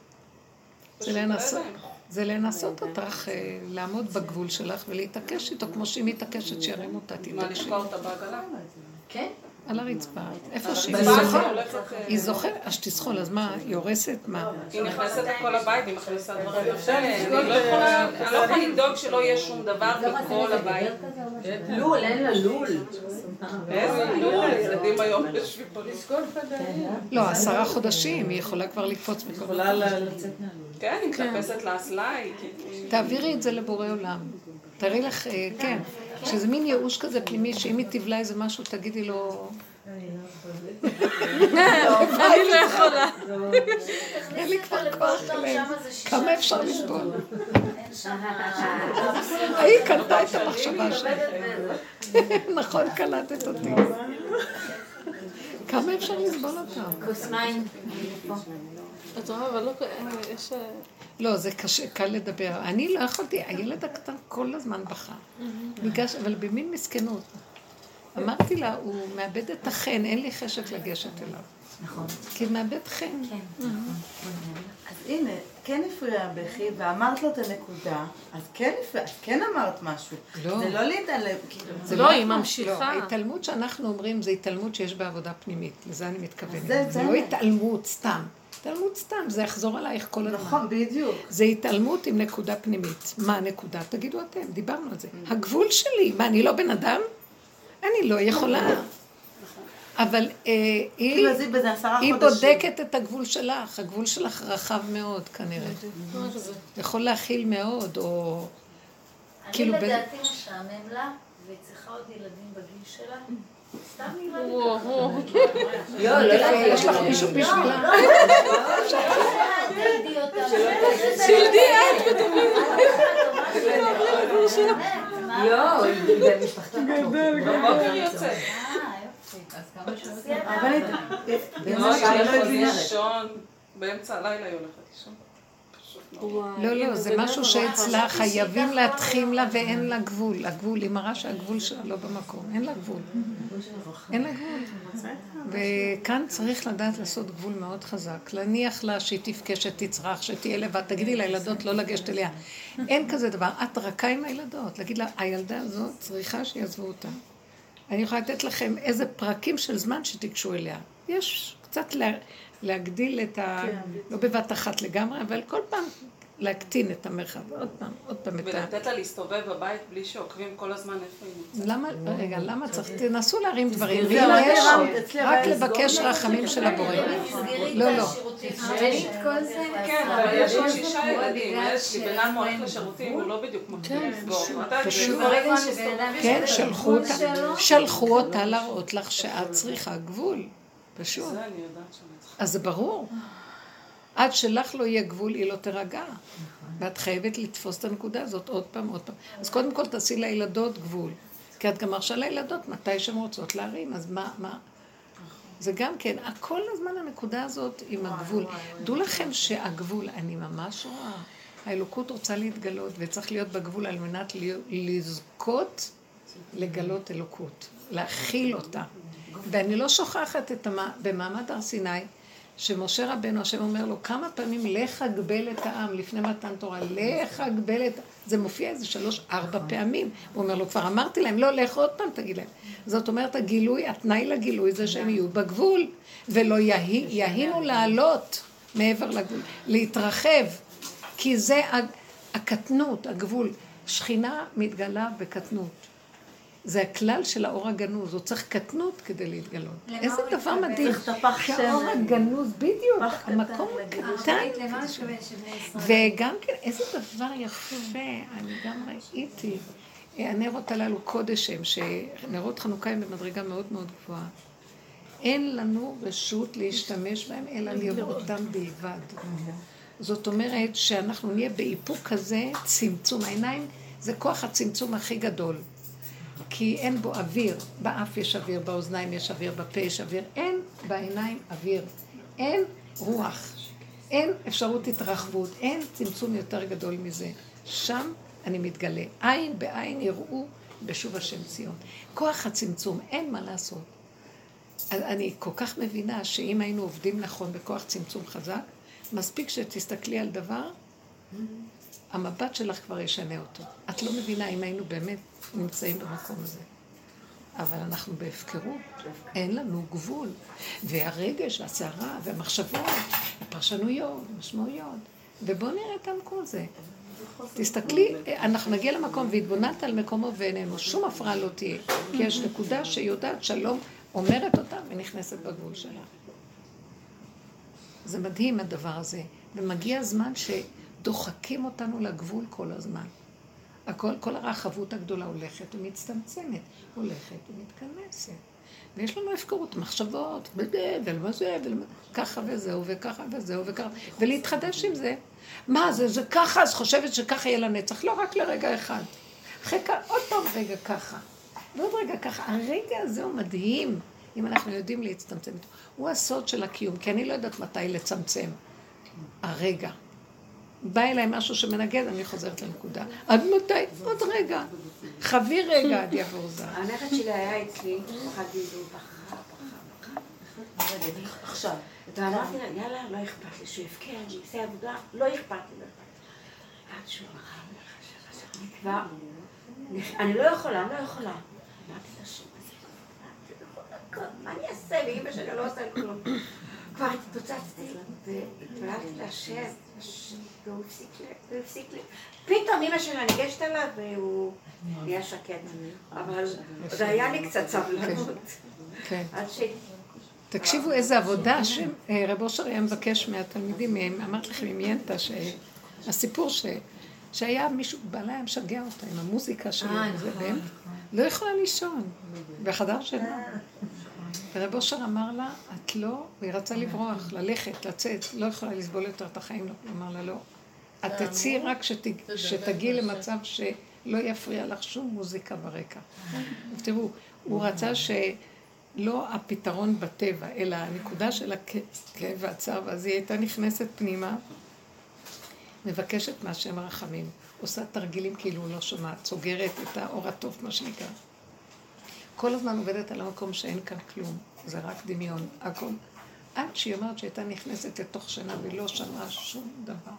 זה לנסות אותך לעמוד בגבול שלך ולהתעקש איתו, כמו שהיא מתעקשת שירים אותה, תתעקשי. מה, לשקוע אותה בעגלה? כן. על הרצפה. איפה שהיא זוכרת? היא זוכרת, אז שתזכול, אז מה, היא הורסת? מה? היא נכנסת לכל הבית, היא מכניסה דברים. אני לא יכולה לדאוג שלא יהיה שום דבר בכל הבית. לול, אין לה לול. איזה לול? ילדים היום יושבים פה לסגול. לא, עשרה חודשים, היא יכולה כבר לקפוץ בכל. יכולה לצאת מהלול. כן, היא מתחפשת לאסלה. תעבירי את זה לבורא עולם. תראי לך, כן, שזה מין ייאוש כזה פנימי, שאם היא תבלה איזה משהו, תגידי לו... אני לא יכולה. אין לי כבר כוח אליהם. כמה אפשר לסבול? היא קלטה את המחשבה שלי. נכון, קלטת אותי. כמה אפשר לסבול אותם? כוס מים. את רואה, אבל לא... יש... לא, זה קשה, קל לדבר. אני לא יכולתי, הילד הקטן כל הזמן בכה. ניגש, אבל במין מסכנות. אמרתי לה, הוא מאבד את החן, אין לי חשק לגשת אליו. נכון. כי מאבד חן. כן. אז הנה, כן הפריע בכי, ואמרת לו את הנקודה, אז כן הפריע, אז כן אמרת משהו. לא. זה לא להתעלם, כאילו. זה לא, היא ממשיכה. לא, ההתעלמות שאנחנו אומרים זה התעלמות שיש בה עבודה פנימית. לזה אני מתכוונת. זה, זה לא התעלמות סתם. התעלמות סתם, זה יחזור עלייך כל הזמן. נכון, בדיוק. זה התעלמות עם נקודה פנימית. מה הנקודה? תגידו אתם, דיברנו על זה. הגבול שלי, מה, אני לא בן אדם? אני לא יכולה. אבל היא בודקת את הגבול שלך. הגבול שלך רחב מאוד כנראה. יכול להכיל מאוד, או... אני לדעתי משעמם לה, והיא צריכה עוד ילדים בגיל שלה. סתם נראה לי. לא, לא, יש לך מישהו בשבילה. לא, תלדי אותה. תלדי את ותאמרי. לא, במשפחתה. בבוקר יוצא. אבל היא הולכת לישון, באמצע הלילה היא הולכת לישון. פשוט. לא, לא, זה משהו שאצלה חייבים להתחיל לה ואין לה גבול. הגבול, היא מראה שהגבול שלה לא במקום, אין לה גבול. אין לה גבול. וכאן צריך לדעת לעשות גבול מאוד חזק. להניח לה שהיא תבכה, שתצרח, שתהיה לבד. תגידי לילדות לא לגשת אליה. אין כזה דבר. את רכה עם הילדות. להגיד לה, הילדה הזאת צריכה שיעזבו אותה. אני יכולה לתת לכם איזה פרקים של זמן שתיגשו אליה. יש קצת לה, להגדיל את ה... לא בבת אחת לגמרי, אבל כל פעם להקטין את המרחב. עוד פעם, עוד פעם את ה... ולתת לה להסתובב בבית בלי שעוקבים כל הזמן איפה היא נמצאת. למה, רגע, למה צריך? תנסו להרים דברים. ואם יש, רק לבקש רחמים של הבורא. לא, לא. כן, אבל יש לי שישה ילדים. יש לי בנם הולך לשירותים, הוא לא בדיוק מקום לסגור. פשוט. כן, שלחו אותה. שלחו אותה להראות לך שאת צריכה גבול. פשוט. זה אני יודעת שאני צריכה. אז זה ברור. עד שלך לא יהיה גבול, היא לא תרגע. ואת חייבת לתפוס את הנקודה הזאת עוד פעם, עוד פעם. אז קודם כל תעשי לילדות גבול. כי את גם מרשה לילדות מתי שהן רוצות להרים, אז מה, מה? זה גם כן, כל הזמן הנקודה הזאת עם הגבול. דעו לכם שהגבול, אני ממש רואה, האלוקות רוצה להתגלות, וצריך להיות בגבול על מנת לזכות לגלות אלוקות, להכיל אותה. ואני לא שוכחת את המ... במעמד הר סיני, שמשה רבנו, השם אומר לו, כמה פעמים לך אגבל את העם לפני מתן תורה, לך אגבל את... זה מופיע איזה שלוש, ארבע פעמים. הוא אומר לו, כבר אמרתי להם, לא, לך עוד פעם, תגיד להם. זאת אומרת, הגילוי, התנאי לגילוי זה שהם יהיו בגבול, ולא יה... יהינו לעלות מעבר לגבול, להתרחב, כי זה הקטנות, הגבול. שכינה מתגלה בקטנות. זה הכלל של האור הגנוז, הוא צריך קטנות כדי להתגלות. איזה דבר מדהים. שהאור הגנוז, בדיוק, המקום קטן. וגם כן, איזה דבר יפה, אני גם ראיתי. הנרות הללו קודש הם, שנרות חנוכה הם במדרגה מאוד מאוד גבוהה. אין לנו רשות להשתמש בהם, אלא לראותם בלבד. זאת אומרת שאנחנו נהיה באיפוק כזה, צמצום. העיניים זה כוח הצמצום הכי גדול. כי אין בו אוויר, באף יש אוויר, באוזניים יש אוויר, בפה יש אוויר, אין בעיניים אוויר, אין רוח, אין אפשרות התרחבות, אין צמצום יותר גדול מזה. שם אני מתגלה, עין בעין יראו בשוב השם ציון. כוח הצמצום, אין מה לעשות. אני כל כך מבינה שאם היינו עובדים נכון בכוח צמצום חזק, מספיק שתסתכלי על דבר, המבט שלך כבר ישנה אותו. את לא מבינה אם היינו באמת נמצאים במקום הזה. אבל אנחנו בהפקרות, אין לנו גבול. והרגש, והסערה, והמחשבות, הפרשנויות, המשמעויות. ובואו נראה את המקום הזה. תסתכלי, אנחנו נגיע למקום והתבוננת על מקומו ואיננו. שום הפרעה לא תהיה. כי יש נקודה שיודעת שלום, אומרת אותה ונכנסת בגבול שלה. זה מדהים הדבר הזה. ומגיע הזמן ש... דוחקים אותנו לגבול כל הזמן. הכל, כל הרחבות הגדולה הולכת ומצטמצמת, הולכת ומתכנסת. ויש לנו הפקרות, מחשבות, בזה ולמה זה, ולמה... ככה וזהו וככה וזהו וככה, ולהתחדש עם זה. מה זה, זה ככה, אז חושבת שככה יהיה לנצח, לא רק לרגע אחד. אחרי ככה, עוד פעם רגע ככה, ועוד רגע ככה. הרגע הזה הוא מדהים, אם אנחנו יודעים להצטמצם. הוא הסוד של הקיום, כי אני לא יודעת מתי לצמצם. הרגע. בא אליי משהו שמנגד, אני חוזרת לנקודה. עד מתי? עוד רגע. חווי רגע עד יעבור זר. הנכד שלי היה אצלי, אחד גיזו, בכה, בכה, בכה. עכשיו. ואמרתי לה, יאללה, לא אכפת לי, שהוא יפקר, אני אעשה עבודה, לא אכפת לי. עד שהוא מחר, אני לא יכולה, אני לא יכולה. אמרתי לה, שם הזה, מה אני אעשה? ואמא שלי לא עושה כלום. כבר התפוצצתי, והתפללתי להשם. והוא הפסיק לי. פתאום אמא שלה ניגשת אליו והוא נהיה שקט. אבל זה היה לי קצת סבלנות. עד ש... תקשיבו איזה עבודה שרב אושר היה מבקש מהתלמידים, אמרת לכם עם ינטה, הסיפור שהיה מישהו, בעלה היה משגע אותה עם המוזיקה שלו, והם לא יכולה לישון בחדר שלה. ורב אושר אמר לה, את לא, והיא רצה לברוח, ללכת, לצאת, לא יכולה לסבול יותר את החיים, הוא אמר לה, לא. את תצאי רק שתגיעי למצב שלא יפריע לך שום מוזיקה ברקע. תראו, הוא רצה שלא הפתרון בטבע, אלא הנקודה של הכאב והצער, אז היא הייתה נכנסת פנימה, מבקשת מהשם הרחמים, עושה תרגילים כאילו לא שומעת, סוגרת את האור הטוב, מה שנקרא. כל הזמן עובדת על המקום שאין כאן כלום, זה רק דמיון, הכל. עד שהיא אומרת שהייתה נכנסת לתוך שינה ולא שמעה שום דבר.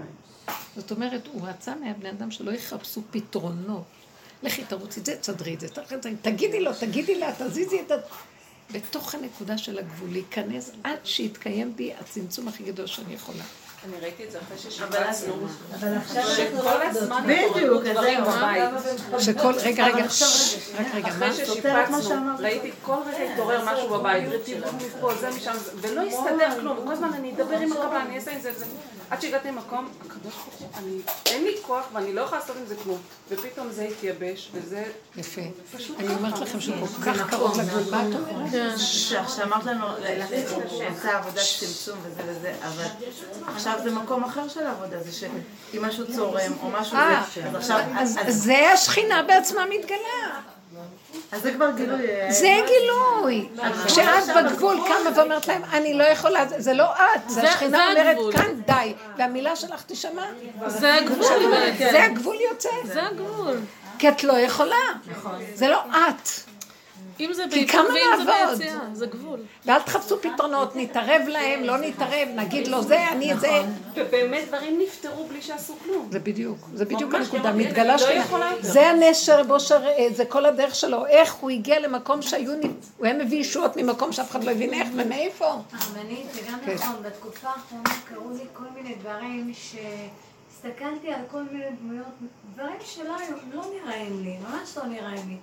זאת אומרת, הוא רצה מהבני אדם שלא יחפשו פתרונות. לכי תרוצי את זה, תסדרי את זה, תגידי לו, תגידי לה, תזיזי את ה... בתוך הנקודה של הגבול, להיכנס עד שיתקיים בי הצמצום הכי גדול שאני יכולה. אני ראיתי את זה אחרי ששיבצנו, אבל עכשיו שכל הזמן התעוררו דברים בבית. שכל, רגע, רגע, רק רגע, מה? אחרי ששיפצנו, ראיתי כל רגע התעורר משהו בבית, רטיבות מפה, זה משם, ולא הסתדר כלום, וכל הזמן אני אדבר עם הקבלה, אני אעשה עם זה וזה. עד שהגעתי למקום, הקדוש ברוך הוא, אין לי כוח ואני לא יכולה לעשות עם זה כלום. ופתאום זה התייבש, וזה... יפה. אני אומרת לכם שכל כך קרוב לגבול, מה את אומרת? שאמרת לנו, עושה עבודת צמצום וזה וזה, אבל עכשיו זה מקום אחר של העבודה, זה שאם משהו צורם או משהו זה, אז עכשיו... אז זה השכינה בעצמה מתגלה. אז זה כבר גילוי. זה גילוי. כשאת בגבול קמה ואומרת להם, אני לא יכולה, זה לא את, זה השכינה אומרת כאן די, והמילה שלך תשמע. זה הגבול. זה הגבול יוצא. זה הגבול. כי את לא יכולה. זה לא את. אם זה ביציאה ואם זה ביציאה, זה גבול. ואל תחפשו פתרונות, נתערב להם, לא נתערב, נגיד לו זה, אני את זה. ובאמת דברים נפטרו בלי שעשו כלום. זה בדיוק, זה בדיוק הנקודה, מתגלה שלה. זה הנשר בו שראה, זה כל הדרך שלו, איך הוא הגיע למקום שהיו, הוא היה מביא ישועות ממקום שאף אחד לא הבין איך ומאיפה. הרבנית, זה גם נכון, בתקופה האחרונה קראו לי כל מיני דברים שהסתכלתי על כל מיני דמויות, דברים שלא נראים לי, ממש לא נראים לי.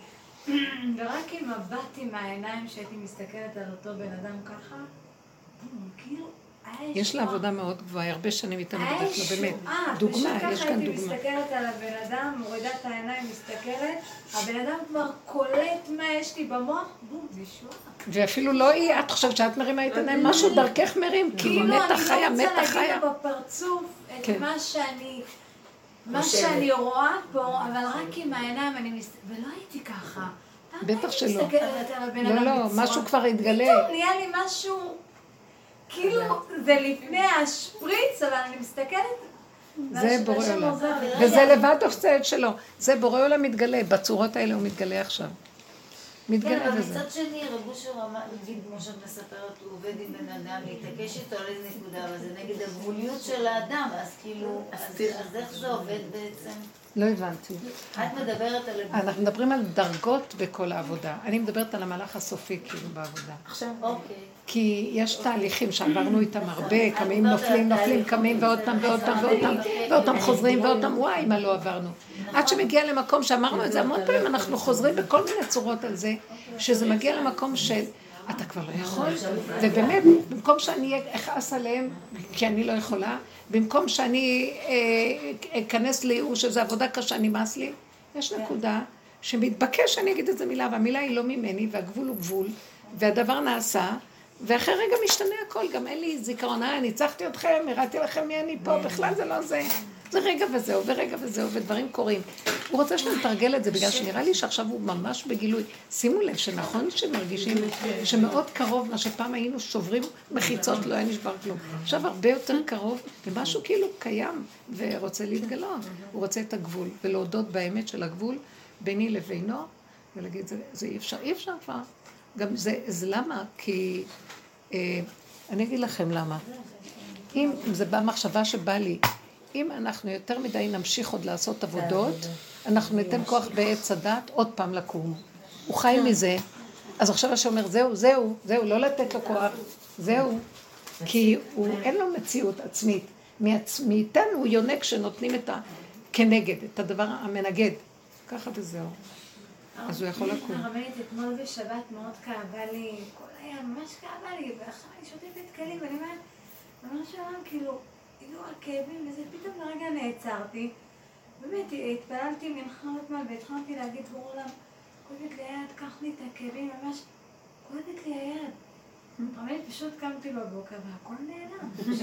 ורק אם מבטתי מהעיניים שהייתי מסתכלת על אותו בן אדם ככה, כאילו, יש לה עבודה מאוד גבוהה, הרבה שנים איתה מדברת לו, באמת. דוגמה, יש כאן דוגמה. הייתי מסתכלת על הבן אדם, מורידה את העיניים, מסתכלת, הבן אדם כבר קולט מה יש לי במוח, בום, ישועה. ואפילו לא היא, את חושבת שאת מרימה את העיניים, משהו דרכך מרים, כאילו מתח חיה, מתח חיה. כאילו, אני לא רוצה להגיד לו בפרצוף את מה שאני... מה שאני רואה פה, אבל רק עם העיניים אני מסתכלת, ולא הייתי ככה. בטח שלא. אני מסתכלת על הבן אדם לא, לא, בצורה. משהו כבר התגלה. פתאום נהיה לי משהו, כאילו, זה לפני השפריץ, אבל אני מסתכלת. זה בורא עולם. וזה לבד עושה את שלו. זה בורא עולם מתגלה, בצורות האלה הוא מתגלה עכשיו. מתגלה כן, אבל בזה. מצד שני, רב אושר אמר, נגיד, כמו שאת מספרת, הוא עובד עם בן אדם, להתעקש איתו על איזה נקודה, אבל זה נגד הגבוליות של האדם, אז כאילו, אז איך זה עובד בעצם? לא הבנתי. את מדברת על... אנחנו מדברים על דרגות בכל העבודה. אני מדברת על המהלך הסופי, כאילו, בעבודה. עכשיו, אוקיי. כי יש תהליכים שעברנו איתם הרבה, קמים נופלים, נופלים, קמים ועוד פעם ועוד פעם ועוד פעם, ועוד פעם חוזרים ועוד פעם, וואי, מה לא עברנו. עד שמגיע למקום שאמרנו את זה המון פעמים, אנחנו חוזרים בכל מיני צורות על זה, שזה מגיע למקום של, אתה כבר לא יכול, ובאמת, במקום שאני אכעס עליהם, כי אני לא יכולה, במקום שאני אכנס לייאוש, שזו עבודה קשה, נמאס לי, יש נקודה שמתבקש שאני אגיד את זה מילה, והמילה היא לא ממני, והגבול הוא גבול, והדבר נעשה, ואחרי רגע משתנה הכל, גם אין לי זיכרון, אה, ניצחתי אתכם, הראיתי לכם מי אני פה, בכלל זה לא זה. זה רגע וזהו, ורגע וזהו, ודברים קורים. הוא רוצה שנתרגל את זה, בגלל שנראה לי שעכשיו הוא ממש בגילוי. שימו לב שנכון שמרגישים שמאוד קרוב, מה שפעם היינו שוברים מחיצות, לא היה נשבר כלום. עכשיו הרבה יותר קרוב, ומשהו כאילו קיים, ורוצה להתגלות. הוא רוצה את הגבול, ולהודות באמת של הגבול, ביני לבינו, ולהגיד, זה, זה אי אפשר, אי אפשר כבר. גם זה, זה למה? כי, אה, אני אגיד לכם למה. אם זה במחשבה שבא לי, אם אנחנו יותר מדי נמשיך עוד לעשות עבודות, אנחנו ניתן כוח בעץ הדת עוד פעם לקום. הוא חי מזה, אז עכשיו השם אומר, זהו, זהו, זהו, לא לתת לו כוח, זהו. כי הוא, אין לו מציאות עצמית. מאיתנו הוא יונק שנותנים את ה... כנגד, את הדבר המנגד. ככה וזהו. אז הוא יכול לקום. הרבנית, אתמול בשבת מאוד כאבה לי, כל היה ממש כאבה לי, ועכשיו אני שוטפת כלים, ואני אומרת, ממש אמרם, כאילו, הגיעו הכאבים, וזה פתאום לרגע נעצרתי. באמת, התפללתי מנחה עוד מה, והתחלתי להגיד בורא עולם, כואבת לי היד, קח לי את הכאבים, ממש, כואבת לי היד. הרבנית, פשוט קמתי בבוקר, והכל נעלם.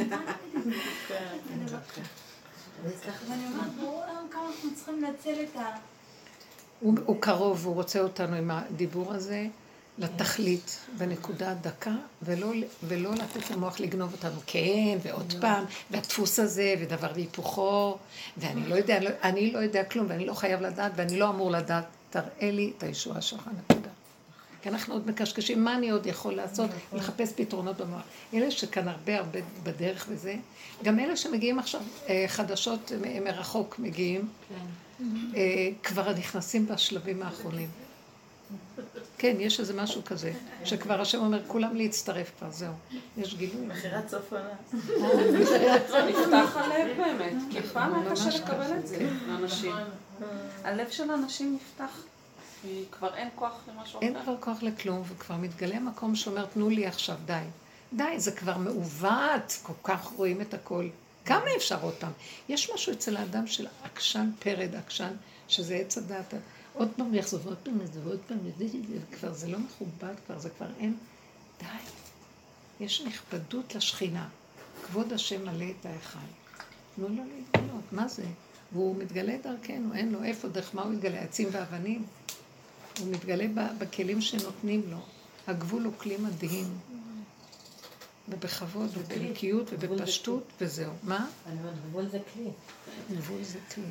ואני אומרת, בורא עולם, כמה אנחנו צריכים לנצל את ה... הוא, הוא קרוב, הוא רוצה אותנו עם הדיבור הזה, לתכלית בנקודה הדקה, ולא, ולא לתת למוח לגנוב אותנו, כן, ועוד פעם, והדפוס הזה, ודבר והיפוכו, ואני לא יודע, אני לא יודע כלום, ואני לא חייב לדעת, ואני לא אמור לדעת, תראה לי את הישועה שלך, נקודה. כי אנחנו עוד מקשקשים, מה אני עוד יכול לעשות? לחפש פתרונות במוח. אלה שכאן הרבה הרבה בדרך וזה, גם אלה שמגיעים עכשיו, חדשות מרחוק מגיעים, כבר נכנסים בשלבים האחרונים. כן, יש איזה משהו כזה, שכבר השם אומר, כולם להצטרף כבר, זהו. יש גילוי. בחירת סוף עונה. נפתח הלב באמת, כי פעם היה קשה לקבל את זה לאנשים. הלב של האנשים נפתח, כי כבר אין כוח למשהו אחר. אין כבר כוח לכלום, וכבר מתגלה מקום שאומר, תנו לי עכשיו, די. די, זה כבר מעוות, כל כך רואים את הכל. כמה אפשר עוד פעם? יש משהו אצל האדם של עקשן, פרד עקשן, שזה עץ הדעת. עוד פעם יחזור, עוד פעם יחזור, עוד פעם יחזור, כבר זה לא מכובד, כבר זה כבר אין. די. יש נכבדות לשכינה. כבוד השם מלא את ההיכל. תנו לו להתגלות, מה זה? והוא מתגלה דרכנו, אין לו איפה, דרך מה הוא יתגלה? עצים ואבנים. הוא מתגלה בכלים שנותנים לו. הגבול הוא כלי מדהים. ובכבוד, ובערכיות, ובפשטות, וזהו. מה? אני אומרת, גבול זה כלי. גבול זה כלי.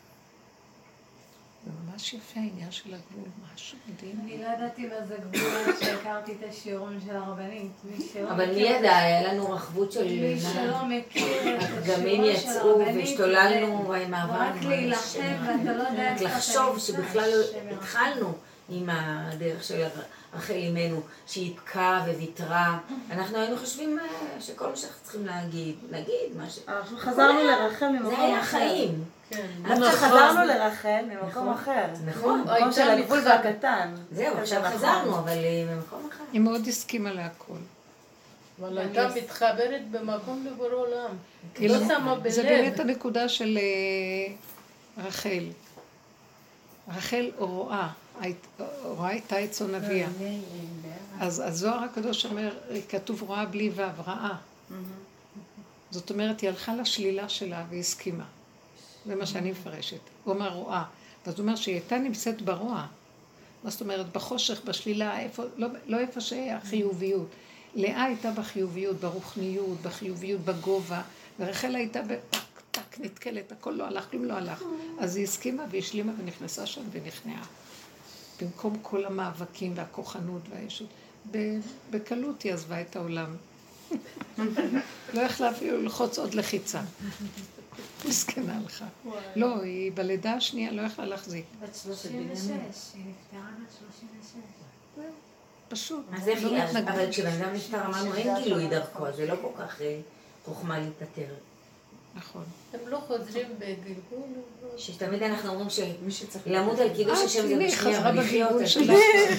זה ממש יפה העניין של הגבול, משהו מדהים. אני לא ידעתי מה זה גבול שהכרתי את השיעורים של הרבנים. אבל מי ידע, היה לנו רחבות של... מי שלא מכיר את הפגמים יצאו והשתוללנו עם העבר. רק להילחם ואתה לא יודע... רק לחשוב שבכלל התחלנו עם הדרך של רחל אימנו, שהיא התקעה וויתרה. אנחנו היינו חושבים שכל מה שאנחנו צריכים להגיד, נגיד מה ש... אנחנו חזרנו לרחל ממקום אחר. זה היה חיים. אנחנו חזרנו לרחל ממקום אחר. נכון. ממקום של הגבול והקטן. זהו, עכשיו חזרנו, אבל ממקום אחר. היא מאוד הסכימה להכל. אבל הייתה מתחברת במקום לבורא עולם. לא שמה בלב. זה באמת הנקודה של רחל. רחל רואה, רואה הייתה את צאן אביה. אז הזוהר הקדוש אומר, כתוב רואה בלי וו, ראה. זאת אומרת, היא הלכה לשלילה שלה והסכימה. זה מה שאני מפרשת. הוא אומר רואה. ואז הוא אומר שהיא הייתה נמצאת ברוע. מה זאת אומרת? בחושך, בשלילה, איפה, לא, לא איפה שהיה חיוביות. לאה הייתה בחיוביות, ברוחניות, בחיוביות, בגובה. ורחל הייתה בטק, טק, נתקלת, הכל לא הלך, כלום לא הלך. אז היא הסכימה והשלימה ונכנסה שם ונכנעה. במקום כל המאבקים והכוחנות והישות. בקלות היא עזבה את העולם. לא יכלה אפילו ללחוץ עוד לחיצה. מסכנה לך. לא, היא בלידה השנייה לא יכלה להחזיק. בת שלושים ושש, היא נפטרה בת שלושים ושש. פשוט. אז איך היא, אבל כשבן אדם נפטר אמרנו אין גילוי דרכו, זה לא כל כך חוכמה להתפטר. נכון. הם לא חוזרים בגלגול. שתמיד אנחנו אומרים שלמות על קידוש השם זה בשנייה, חזרה בגלגול שלה.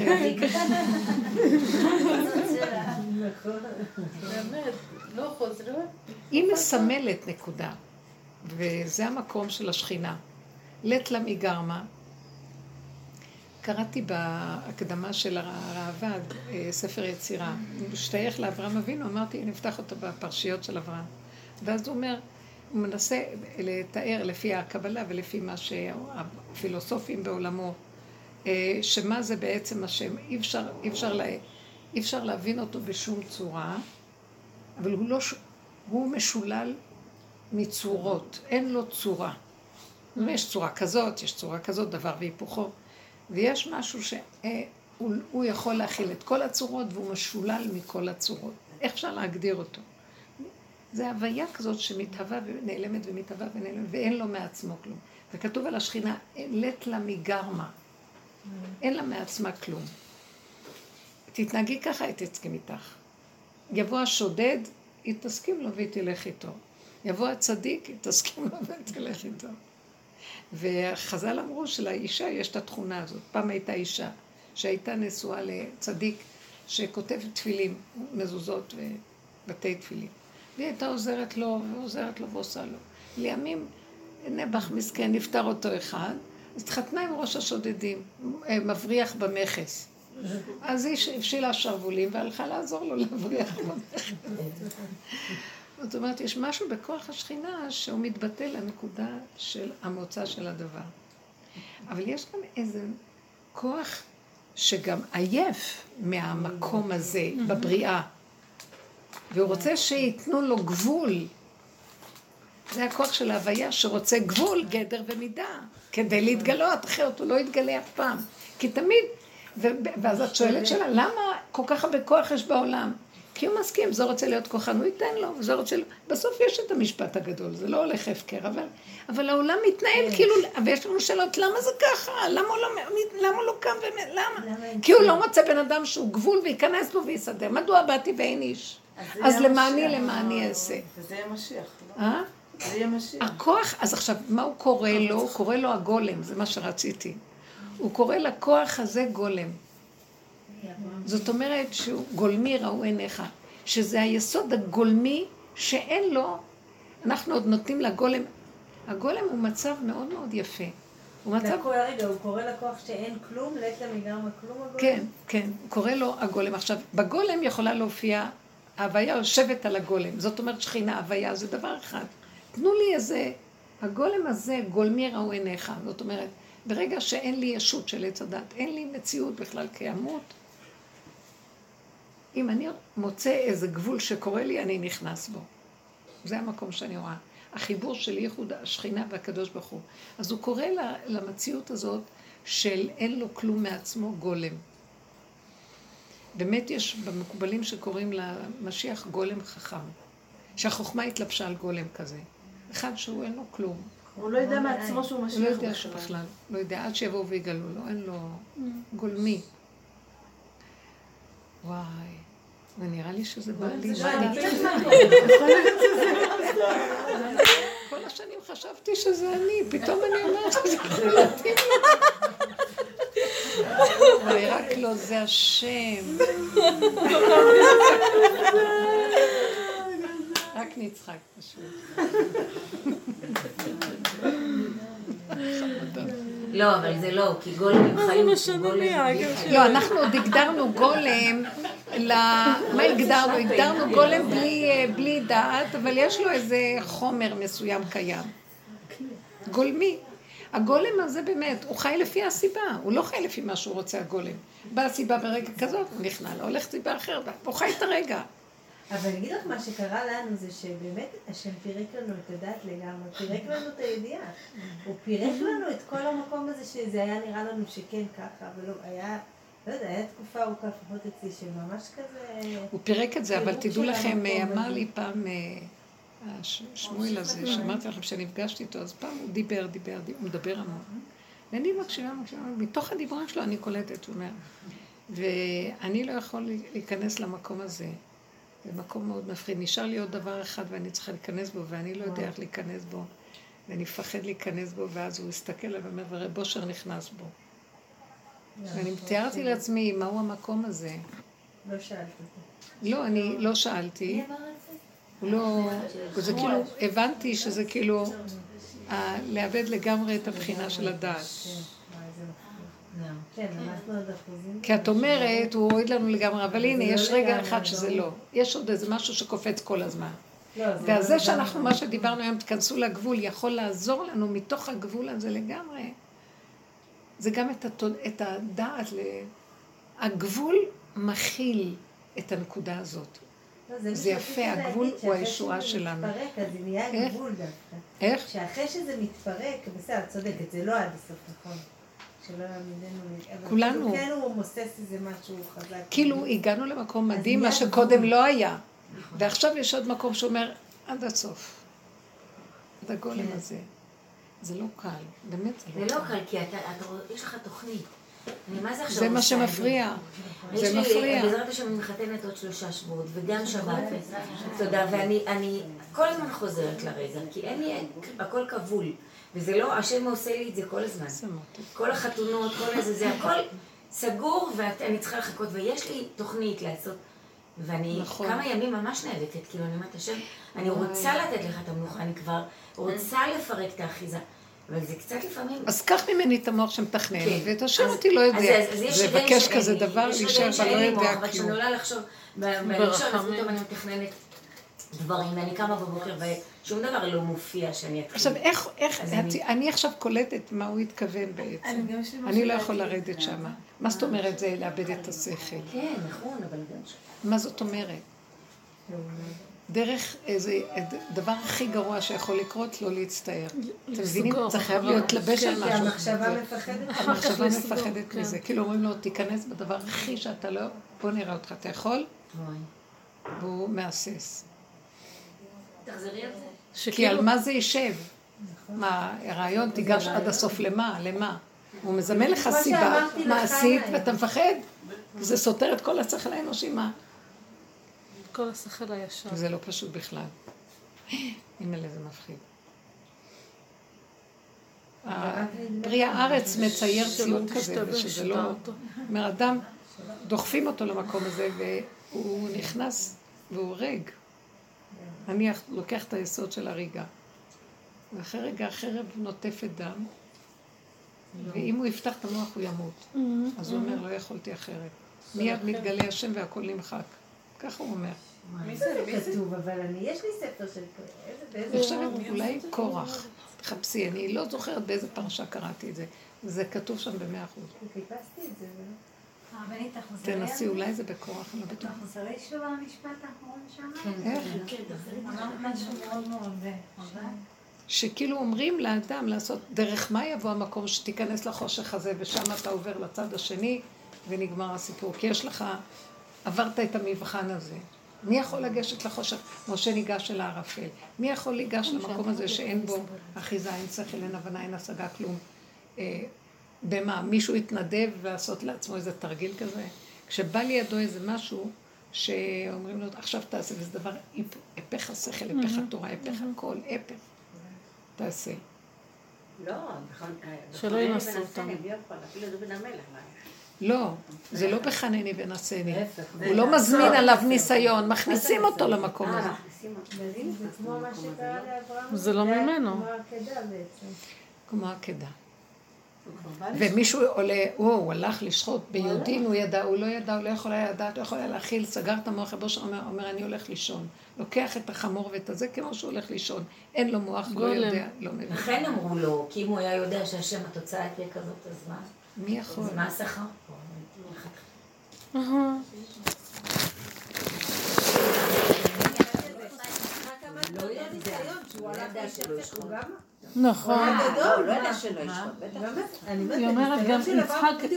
באמת, לא חוזרים. היא מסמלת נקודה, וזה המקום של השכינה. לית לה מגרמה. קראתי בהקדמה של הרעב"ד, ספר יצירה, הוא משתייך לאברהם אבינו, אמרתי, נפתח אותו בפרשיות של אברהם. ואז הוא אומר, הוא מנסה לתאר לפי הקבלה ולפי מה שהפילוסופים בעולמו, שמה זה בעצם השם, אי אפשר, אי אפשר, לה, אי אפשר להבין אותו בשום צורה, אבל הוא, לא, הוא משולל מצורות, אין לו צורה. יש צורה כזאת, יש צורה כזאת, דבר והיפוכו, ויש משהו שהוא יכול להכיל את כל הצורות והוא משולל מכל הצורות. איך אפשר להגדיר אותו? זה הוויה כזאת שמתהווה ונעלמת ומתהווה ונעלמת, ואין לו מעצמו כלום. וכתוב על השכינה, לית לה מגרמה. אין לה מעצמה כלום. תתנהגי ככה, היא תסכים איתך. יבוא השודד, היא תסכים לו והיא תלך איתו. יבוא הצדיק, היא תסכים לו והיא תלך איתו. וחז"ל אמרו שלאישה יש את התכונה הזאת. פעם הייתה אישה שהייתה נשואה לצדיק שכותב תפילים, מזוזות ובתי תפילים. והיא הייתה עוזרת לו ועוזרת לו ועושה לו. לימים נבח מסכן נפטר אותו אחד, אז התחתנה עם ראש השודדים, מבריח במכס. אז היא הפשילה שרוולים והלכה לעזור לו להבריח במכס. זאת אומרת, יש משהו בכוח השכינה שהוא מתבטא לנקודה של המוצא של הדבר. אבל יש גם איזה כוח שגם עייף מהמקום הזה בבריאה, והוא רוצה שיתנו לו גבול. זה הכוח של ההוויה שרוצה גבול, גדר ומידה, כדי להתגלות, אחרת הוא לא יתגלה אף פעם. כי תמיד, ו- ואז את שואלת שלה, למה כל כך הרבה כוח יש בעולם? כי הוא מסכים, זה רוצה להיות כוחן, הוא ייתן לו, וזה רוצה לו. בסוף יש את המשפט הגדול, זה לא הולך הפקר, אבל, אבל העולם מתנהל כאילו, ויש לנו שאלות, למה זה ככה? למה הוא לא, למה הוא לא קם ומת? למה? כי הוא לא מוצא בן אדם שהוא גבול וייכנס בו ויסדר. מדוע באתי ואין איש? אז למעני, למעני אעשה. וזה יהיה משיח, לא? אה? זה יהיה משיח. הכוח, אז עכשיו, מה הוא קורא לו? הוא קורא לו הגולם, זה מה שרציתי. הוא קורא לכוח הזה גולם. זאת אומרת שהוא גולמי ראו עיניך, שזה היסוד הגולמי שאין לו, אנחנו עוד נותנים לגולם, הגולם הוא מצב מאוד מאוד יפה. הוא מצב... רגע, הוא קורא לכוח שאין כלום, לית למגרמה כלום הגולם? כן, כן, הוא קורא לו הגולם. עכשיו, בגולם יכולה להופיע, ההוויה יושבת על הגולם, זאת אומרת שכינה, ההוויה זה דבר אחד. תנו לי איזה, הגולם הזה גולמי ראו עיניך, זאת אומרת, ברגע שאין לי ישות של עץ הדת, אין לי מציאות בכלל קיימות, אם אני מוצא איזה גבול שקורה לי, אני נכנס בו. זה המקום שאני רואה. החיבור של ייחוד השכינה והקדוש ברוך הוא. אז הוא קורא למציאות הזאת של אין לו כלום מעצמו גולם. באמת יש במקובלים שקוראים למשיח גולם חכם. שהחוכמה התלבשה על גולם כזה. אחד שהוא אין לו כלום. הוא לא יודע מעצמו שהוא משיח. הוא לא יודע שבכלל. לא יודע, עד שיבואו ויגלו לו. אין לו גולמי. וואי, ונראה לי שזה בא לי. כל השנים חשבתי שזה אני, פתאום אני אומרת שזה יכול להתאים לי. רק לא, זה השם. רק נצחק פשוט. לא, אבל זה לא, כי גולם חיים גולם. לא, אנחנו עוד הגדרנו גולם, מה הגדרנו? הגדרנו גולם בלי דעת, אבל יש לו איזה חומר מסוים קיים. גולמי. הגולם הזה באמת, הוא חי לפי הסיבה, הוא לא חי לפי מה שהוא רוצה הגולם. באה הסיבה ברגע כזאת, הוא נכנע, לא הולך סיבה אחרת, הוא חי את הרגע. אבל אני אגיד לך מה שקרה לנו זה שבאמת השם פירק לנו את הדעת לגמרי, פירק לנו את הידיעה. הוא פירק לנו את כל המקום הזה שזה היה נראה לנו שכן ככה, ולא היה, לא יודע, היה תקופה ארוכה לפחות אצלי שממש כזה... הוא פירק את זה, אבל תדעו לכם, אמר לי פעם, השמואל הזה, שאמרתי לכם שנפגשתי איתו, אז פעם הוא דיבר, דיבר, הוא מדבר המון. ואני מקשיבה, מקשיבה, מתוך הדיבורים שלו אני קולטת, הוא אומר, ואני לא יכול להיכנס למקום הזה. זה מקום מאוד מפחיד. נשאר לי עוד דבר אחד ואני צריכה להיכנס בו, ואני לא יודע איך להיכנס בו. ואני מפחד להיכנס בו, ואז הוא הסתכל עליו ואומר, ורב אושר נכנס בו. ואני תיארתי לעצמי מהו המקום הזה. לא שאלתי. לא, אני לא שאלתי. הוא לא... זה כאילו, הבנתי שזה כאילו לאבד לגמרי את הבחינה של הדעת. כי את אומרת, הוא הוריד לנו לגמרי, אבל הנה, יש רגע אחד שזה לא. יש עוד איזה משהו שקופץ כל הזמן. וזה שאנחנו, מה שדיברנו היום, תכנסו לגבול, יכול לעזור לנו מתוך הגבול הזה לגמרי. זה גם את הדעת, הגבול מכיל את הנקודה הזאת. זה יפה, הגבול הוא הישועה שלנו. מתפרק, אז זה נהיה גבול דווקא. איך? שאחרי שזה מתפרק, בסדר, צודקת, זה לא עד הסוף, נכון. כולנו. כן הוא מוסס איזה משהו חזק. כאילו הגענו למקום מדהים, מה שקודם לא היה. ועכשיו יש עוד מקום שאומר, עד הסוף. עד הגולם הזה. זה לא קל, באמת זה לא קל. זה לא קל, כי יש לך תוכנית. זה מה שמפריע. זה מפריע. בעזרת השם אני מחתנת עוד שלושה שבועות, וגם שבת. תודה, ואני כל הזמן חוזרת לרגע, כי אין לי, הכל כבול. וזה לא, השם עושה לי את זה כל הזמן. כל החתונות, כל איזה, זה הכל סגור, ואני צריכה לחכות, ויש לי תוכנית לעשות, ואני כמה ימים ממש נאבקת, כאילו אני אומרת, השם, אני רוצה לתת לך את המנוחה, אני כבר רוצה לפרק את האחיזה, אבל זה קצת לפעמים... אז קח ממני את המוח שמתכנן, ואת השם אותי לא יודע. זה לבקש כזה דבר, להישאר ולא יודע כלום. אבל כשאני עולה לחשוב, בראשון, אז פתאום אני מתכננת דברים, ואני קמה בבוקר ושום דבר לא מופיע שאני אתחיל. עכשיו, איך, איך, אני עכשיו קולטת מה הוא התכוון בעצם. אני לא יכול לרדת שם. מה זאת אומרת זה לאבד את השכל? כן, נכון, אבל גם שם. מה זאת אומרת? דרך איזה דבר הכי גרוע שיכול לקרות, לא להצטער. אתם מבינים? זה חייב להיות לבש על משהו. כי המחשבה מפחדת. המחשבה מפחדת מזה. כאילו אומרים לו, תיכנס בדבר הכי שאתה לא, בוא נראה אותך, אתה יכול? והוא מאסס. תחזרי על זה. כי על מה זה יישב? מה, הרעיון תיגש עד הסוף למה? למה? הוא מזמן לך סיבה מעשית ואתה מפחד? זה סותר את כל השכל האנושי, מה? כל השכל הישר. זה לא פשוט בכלל. אם אלה זה מפחיד. פרי הארץ מצייר ציור כזה, ושזה לא... אומר, אדם, דוחפים אותו למקום הזה, והוא נכנס והוא רגע. אני לוקח את היסוד של הריגה. ואחרי רגע החרב נוטפת דם, ואם הוא יפתח את המוח הוא ימות. אז הוא אומר, לא יכולתי אחרת. מיד מתגלה השם והכל נמחק. ככה הוא אומר. מי זה כתוב? אבל אני, יש לי ספר של... אני חושבת, אולי קורח. תחפשי, אני לא זוכרת באיזה פרשה קראתי את זה. זה כתוב שם במאה אחוז. חיפשתי את זה, ולא? תנסי, אולי זה בקורח, אני לא בטוח. תחזרי שוב על המשפט האחרון שם? איך? אמרת משהו מאוד מאוד חזק. שכאילו אומרים לאדם לעשות, דרך מה יבוא המקום שתיכנס לחושך הזה, ושם אתה עובר לצד השני, ונגמר הסיפור. כי יש לך, עברת את המבחן הזה. מי יכול לגשת לחושך? משה ניגש אל הערפל. מי יכול להיגש למקום הזה שאין בו אחיזה, אין שכל, אין הבנה, אין השגה, כלום? במה? מישהו יתנדב ועשות לעצמו איזה תרגיל כזה? כשבא לידו איזה משהו שאומרים לו, עכשיו תעשה, וזה דבר, הפך השכל, הפך התורה, הפך הכל, הפך. תעשה. לא, שלא ינסו אותם. אפילו זה בן המלך. לא, זה לא בחנני ונעשני. הוא לא מזמין עליו ניסיון, מכניסים אותו למקום הזה. זה כמו מה שקרה לאברהם. זה לא ממנו. כמו העקדה בעצם. כמו העקדה. ומישהו עולה, הוא הלך לשחוט ביודעין, הוא ידע, הוא לא ידע, הוא לא יכול היה לדעת, הוא יכול היה להכיל, סגר את המוח, הבוש אומר, אני הולך לישון. לוקח את החמור ואת הזה כמו שהוא הולך לישון. אין לו מוח, לא יודע, לא מבין. לכן אמרו לו, כי אם הוא היה יודע שהשם התוצאה תהיה כזאת, אז מה? מי יכול? אז מה השכר? לא יהיה ניסיון, שהוא הלך להשתתף, הוא גם... נכון. לא, לא ידע שלא ישחוט, בטח. היא אומרת גם יצחק,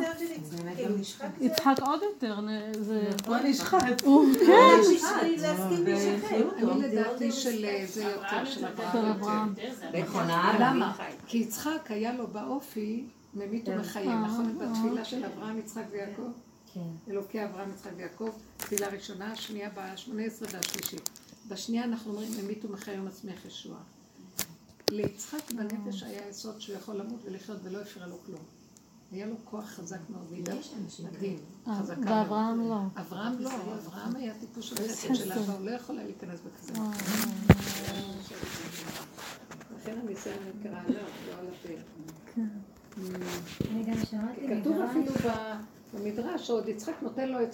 יצחק עוד יותר, זה... הוא נשחט. כן. אני לדעתי של זה יותר של אברהם. למה? כי יצחק היה לו באופי ממית ומחיים, נכון? בתפילה של אברהם, יצחק ויעקב? אלוקי אברהם, יצחק ויעקב, תפילה ראשונה, השנייה ב-שמונה עשרה והשלישית. בשנייה אנחנו אומרים ממית ומחיים מצמיח ישוע. ליצחק בנפש היה יסוד שהוא יכול למות ולחיות ולא הפריע לו כלום. היה לו כוח חזק מאוד, מידה מדהים, חזקה מאוד. ואברהם לא. אברהם לא, אברהם היה טיפוס של חסד של אהבה, הוא לא יכול היה להיכנס בכזה. לכן הניסיון נקרא עליו, לא על הפה. אני גם שמעתי כתוב אפילו במדרש שעוד יצחק נותן לו את